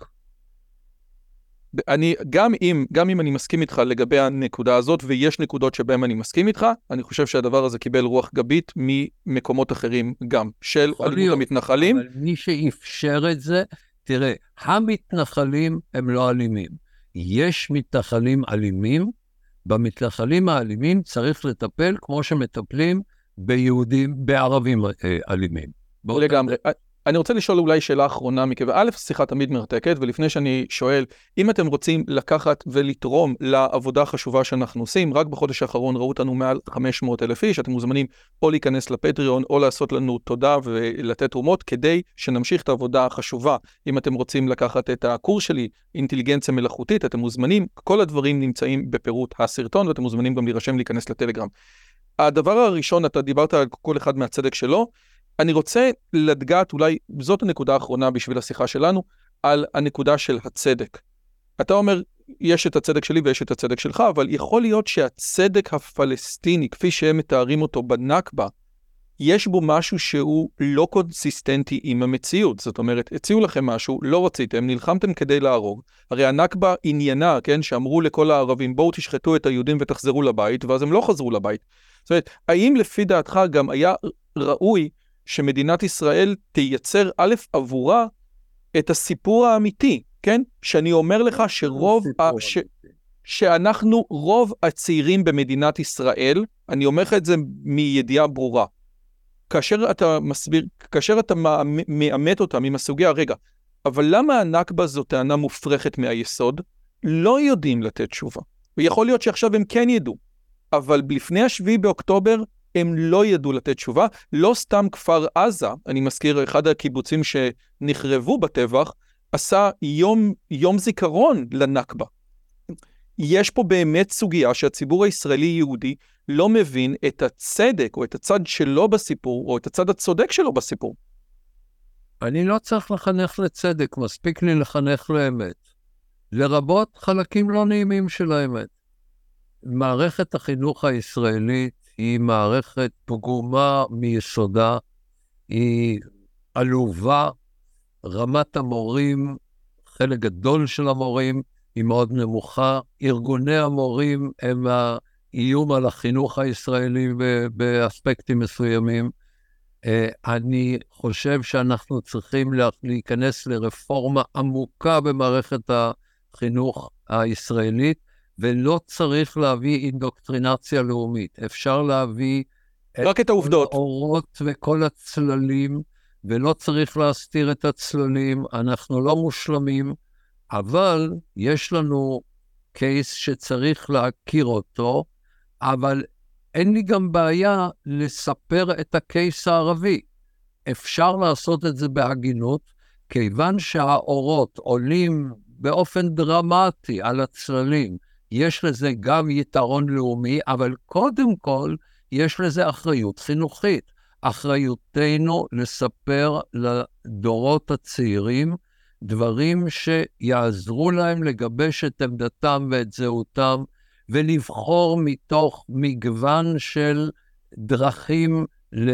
גם אם אני מסכים איתך לגבי הנקודה הזאת, ויש נקודות שבהן אני מסכים איתך, אני חושב שהדבר הזה קיבל רוח גבית ממקומות אחרים גם, של אלימות המתנחלים. אבל מי שאפשר את זה, תראה, המתנחלים הם לא אלימים. יש מתנחלים אלימים, במתנחלים האלימים צריך לטפל כמו שמטפלים ביהודים, בערבים אלימים. לגמרי. אני רוצה לשאול אולי שאלה אחרונה, מכיוון א', שיחה תמיד מרתקת, ולפני שאני שואל, אם אתם רוצים לקחת ולתרום לעבודה החשובה שאנחנו עושים, רק בחודש האחרון ראו אותנו מעל 500,000 איש, אתם מוזמנים או להיכנס לפטריון, או לעשות לנו תודה ולתת תרומות, כדי שנמשיך את העבודה החשובה. אם אתם רוצים לקחת את הקורס שלי, אינטליגנציה מלאכותית, אתם מוזמנים, כל הדברים נמצאים בפירוט הסרטון, ואתם מוזמנים גם להירשם להיכנס לטלגרם. הדבר הראשון, אתה דיברת על כל אחד מהצדק שלו, אני רוצה לדגעת, אולי זאת הנקודה האחרונה בשביל השיחה שלנו, על הנקודה של הצדק. אתה אומר, יש את הצדק שלי ויש את הצדק שלך, אבל יכול להיות שהצדק הפלסטיני, כפי שהם מתארים אותו בנכבה, יש בו משהו שהוא לא קונסיסטנטי עם המציאות. זאת אומרת, הציעו לכם משהו, לא רציתם, נלחמתם כדי להרוג. הרי הנכבה עניינה, כן, שאמרו לכל הערבים, בואו תשחטו את היהודים ותחזרו לבית, ואז הם לא חזרו לבית. זאת אומרת, האם לפי דעתך גם היה ראוי שמדינת ישראל תייצר א' עבורה את הסיפור האמיתי, כן? שאני אומר לך שאנחנו רוב הצעירים במדינת ישראל, אני אומר לך את זה מידיעה ברורה, כאשר אתה מסביר, כאשר אתה מאמת אותם עם הסוגיה, רגע, אבל למה הנכבה זו טענה מופרכת מהיסוד? לא יודעים לתת תשובה. ויכול להיות שעכשיו הם כן ידעו, אבל לפני 7 באוקטובר הם לא ידעו לתת תשובה. לא סתם כפר עזה, אני מזכיר, אחד הקיבוצים שנחרבו בטבח, עשה יום זיכרון לנכבה. יש פה באמת סוגיה שהציבור הישראלי-יהודי לא מבין את הצדק, או את הצד שלו בסיפור, או את הצד הצודק שלו בסיפור. אני לא צריך לחנך לצדק, מספיק לי לחנך לאמת. לרבות חלקים לא נעימים של האמת. מערכת החינוך הישראלית היא מערכת פגומה מיסודה, היא עלובה, רמת המורים, חלק גדול של המורים היא מאוד נמוכה, ארגוני המורים הם האיום על החינוך הישראלי באספקטים מסוימים. אני חושב שאנחנו צריכים להיכנס לרפורמה עמוקה במערכת החינוך הישראלית, ולא צריך להביא אינדוקטרינציה לאומית. אפשר להביא רק את העובדות. האורות וכל הצללים, ולא צריך להסתיר את הצללים. אנחנו לא מושלמים, אבל יש לנו קייס שצריך להכיר אותו, אבל אין לי גם בעיה לספר את הקייס הערבי. אפשר לעשות את זה בהגינות, כיוון שהאורות עולים באופן דרמטי על הצללים, יש לזה גם יתרון לאומי, אבל קודם כל יש לזה אחריות חינוכית. אחריותנו לספר לדורות הצעירים דברים שיעזרו להם לגבש את עמדתם ואת זהותם, ולבחור מתוך מגוון של דרכים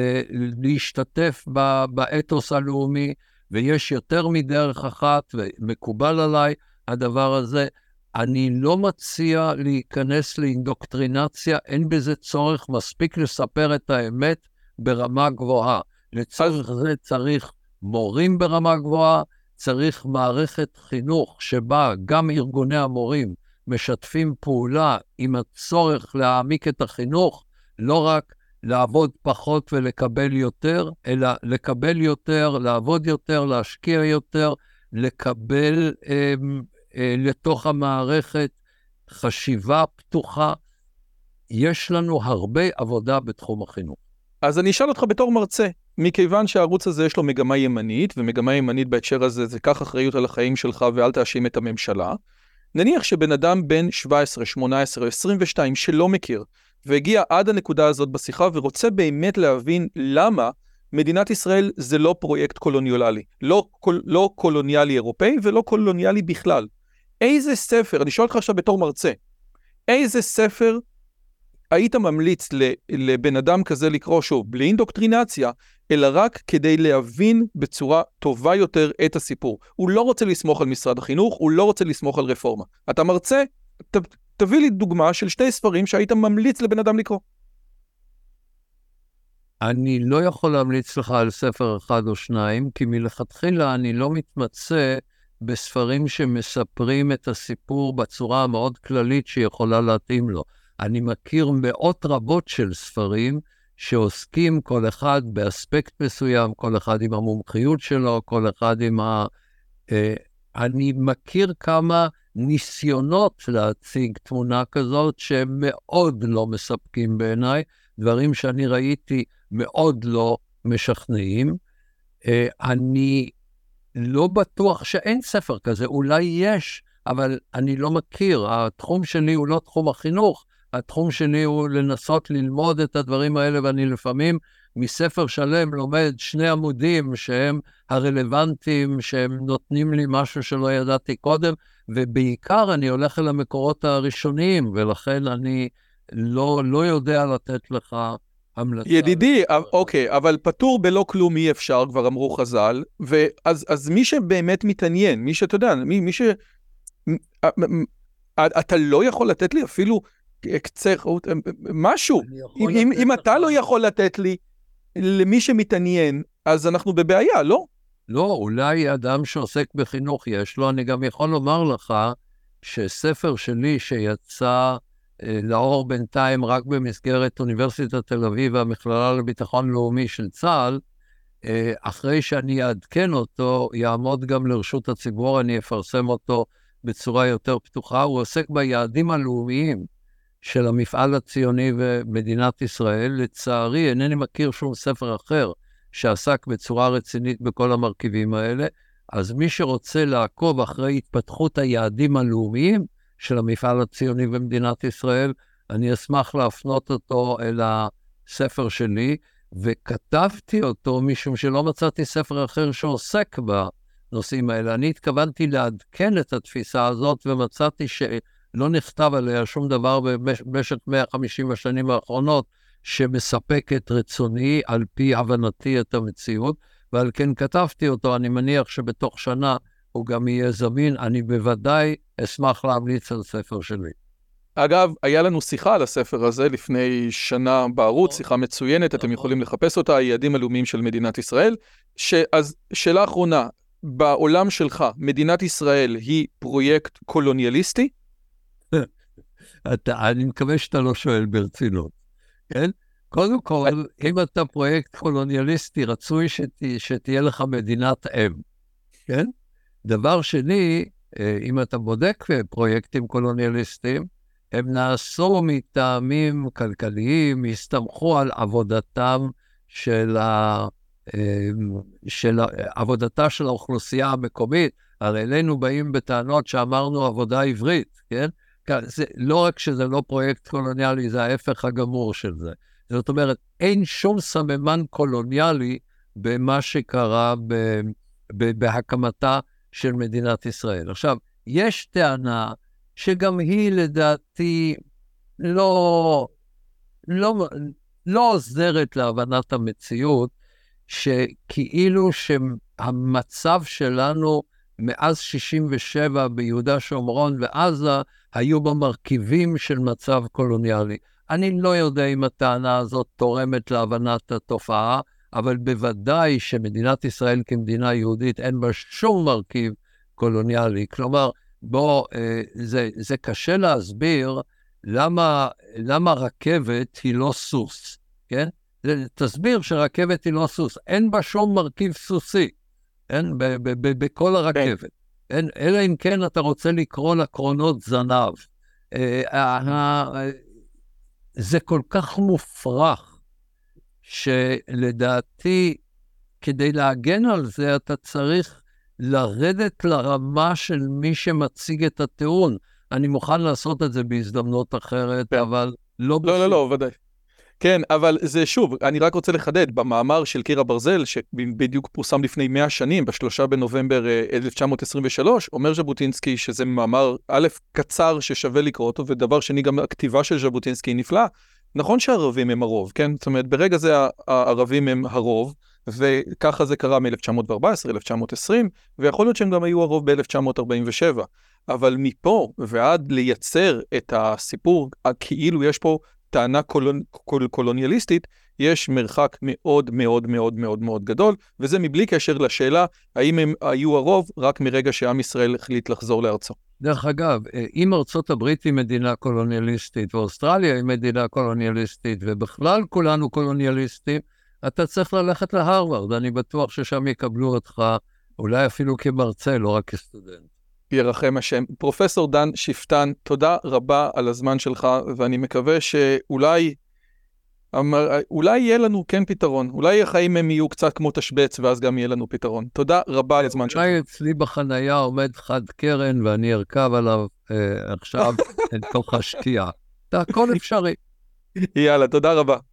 להשתתף באתוס הלאומי, ויש יותר מדרך אחת, ומקובל עליי הדבר הזה. אני לא מציע להיכנס לאינדוקטרינציה, אין בזה צורך, מספיק לספר את האמת ברמה גבוהה. לצורך זה צריך מורים ברמה גבוהה, צריך מערכת חינוך שבה גם ארגוני המורים משתפים פעולה עם הצורך להעמיק את החינוך, לא רק לעבוד פחות ולקבל יותר, אלא לקבל יותר, לעבוד יותר, להשקיע יותר, לקבל לתוך המערכת חשיבה פתוחה. יש לנו הרבה עבודה בתחום החינוך. אז אני אשאל אותך בתור מרצה, מכיוון שהערוץ הזה יש לו מגמה ימנית, ומגמה ימנית בהקשר הזה זה קח אחריות על החיים שלך ואל תאשים את הממשלה, נניח שבן אדם בן 17, 18, 22 שלא מכיר, והגיע עד הנקודה הזאת בשיחה ורוצה באמת להבין למה מדינת ישראל זה לא פרויקט קולוניאלי, לא קולוניאלי אירופאי ולא קולוניאלי בכלל. איזה ספר, אני שואל אותך עכשיו בתור מרצה, איזה ספר היית ממליץ לבן אדם כזה לקרוא, שוב, בלי אינדוקטרינציה, אלא רק כדי להבין בצורה טובה יותר את הסיפור. הוא לא רוצה לסמוך על משרד החינוך, הוא לא רוצה לסמוך על רפורמה. אתה מרצה, תביא לי דוגמה של 2 ספרים שהיית ממליץ לבן אדם לקרוא. אני לא יכול להמליץ לך על ספר 1 או 2, כי מלכתחילה אני לא מתמצא בספרים שמספרים את הסיפור בצורה המאוד כללית שיכולה להתאים לו. אני מכיר מאות רבות של ספרים שעוסקים כל אחד באספקט מסוים, כל אחד עם המומחיות שלו, כל אחד עם אני מכיר כמה ניסיונות להציג תמונה כזאת שהם מאוד לא מספקים בעיניי, דברים שאני ראיתי מאוד לא משכנעים. אני לא בטוח שאין ספר כזה, אולי יש, אבל אני לא מכיר. התחום שלי הוא לא תחום החינוך, התחום שלי הוא לנסות ללמוד את הדברים האלה, ואני לפעמים מספר שלם לומד 2 עמודים שהם הרלוונטיים, שהם נותנים לי משהו שלא ידעתי קודם, ובעיקר אני הולך אל המקורות הראשוניים, ולכן אני לא יודע לתת לך המלצה. ידידי, אוקיי, אבל פטור בלא כלום אי אפשר, כבר אמרו חז"ל, אז מי שבאמת מתעניין, מי שאתה יודע, מי ש... אתה לא יכול לתת לי אפילו קצה, משהו. אם אתה לא יכול לתת לי, למי שמתעניין, אז אנחנו בבעיה, לא? לא, אולי אדם שעוסק בחינוך יש לו. אני גם יכול לומר לך שספר שלי שיצא לאור בינתיים רק במסגרת אוניברסיטת תל אביב והמכללה לביטחון לאומי של צה"ל, אחרי שאני אעדכן אותו, יעמוד גם לרשות הציבור, אני אפרסם אותו בצורה יותר פתוחה. הוא עוסק ביעדים הלאומיים של המפעל הציוני ומדינת ישראל. לצערי, אינני מכיר שום ספר אחר שעסק בצורה רצינית בכל המרכיבים האלה. אז מי שרוצה לעקוב אחרי התפתחות היעדים הלאומיים של המפעל הציוני במדינת ישראל, אני אשמח להפנות אותו אל הספר שלי, וכתבתי אותו משום שלא מצאתי ספר אחר שעוסק בנושאים האלה. אני התכוונתי לעדכן את התפיסה הזאת, ומצאתי שלא נכתב עליה שום דבר במשך 150 השנים האחרונות, שמספק את רצוני על פי הבנתי את המציאות, ועל כן כתבתי אותו. אני מניח שבתוך שנה הוא גם יהיה זמין. אני בוודאי אשמח להמליץ על ספר שלי. אגב, היה לנו שיחה על הספר הזה לפני שנה בערוץ, שיחה מצוינת, אתם יכולים לחפש אותה, היעדים הלאומיים של מדינת ישראל. אז שאלה אחרונה, בעולם שלך, מדינת ישראל היא פרויקט קולוניאליסטי? אני מקווה שאתה לא שואל ברצינות, כן? קודם כל, אם אתה פרויקט קולוניאליסטי, רצוי שתהיה לך מדינת אם, כן? דבר שני, אם אתה בודק פרויקטים קולוניאליסטיים, הם נעשו מטעמים כלכליים, הסתמכו על עבודתה של האוכלוסייה המקומית. הרי אלינו באים בטענות שאמרנו עבודה עברית, כן? זה, לא רק שזה לא פרויקט קולוניאלי, זה ההפך הגמור של זה. זאת אומרת, אין שום סממן קולוניאלי במה שקרה בהקמתה של מדינת ישראל. עכשיו, יש טענה שגם היא לדעתי לא עוזרת להבנת המציאות, שכאילו שהמצב שלנו מאז 67 ביהודה שומרון ועזה היו במרכיבים של מצב קולוניאלי. אני לא יודע אם הטענה הזאת תורמת להבנת התופעה, אבל בוודאי שמדינת ישראל כמדינה יהודית אין בה שום מרכיב קולוניאלי. כלומר, זה קשה להסביר למה רכבת היא לא סוס, כן? תסביר שרכבת היא לא סוס, אין בה שום מרכיב סוסי, כן? בכל הרכבת. אלא אם כן אתה רוצה לקרוא לה קרונות זנב. זה כל כך מופרך, שלדעתי, כדי להגן על זה, אתה צריך לרדת לרמה של מי שמציג את הטיעון. אני מוכן לעשות את זה בהזדמנות אחרת, אבל לא... לא, ודאי. כן, אבל זה שוב, אני רק רוצה לחדד, במאמר של קיר הברזל, שבדיוק פורסם לפני 100 שנים, ב3 בנובמבר 1923, אומר ז'בוטינסקי שזה מאמר א' קצר ששווה לקרוא אותו, ודבר שני, גם הכתיבה של ז'בוטינסקי נפלאה. נכון שהערבים הם הרוב, כן? זאת אומרת, ברגע זה הערבים הם הרוב, וככה זה קרה מ-1914, 1920, ויכול להיות שהם גם היו הרוב ב-1947. אבל מפה ועד לייצר את הסיפור, כאילו יש פה טענה קולוניאליסטית, יש מרחק מאוד מאוד מאוד מאוד מאוד גדול, וזה מבלי קשר לשאלה האם הם היו הרוב רק מרגע שעם ישראל החליט לחזור לארצו. דרך אגב, אם ארצות הברית היא מדינה קולוניאליסטית, ואוסטרליה היא מדינה קולוניאליסטית, ובכלל כולנו קולוניאליסטים, אתה צריך ללכת להרווארד, אני בטוח ששם יקבלו אותך, אולי אפילו כמרצה, לא רק כסטודנט. ירחם השם. פרופסור דן שפטן, תודה רבה על הזמן שלך, ואני מקווה שאולי יהיה לנו כן פתרון. אולי החיים הם יהיו קצת כמו תשבץ, ואז גם יהיה לנו פתרון. תודה רבה על הזמן שלך. אולי אצלי בחנייה עומד חד קרן, ואני ארכב עליו עכשיו לתוך השקיעה. הכל אפשרי. יאללה, תודה רבה.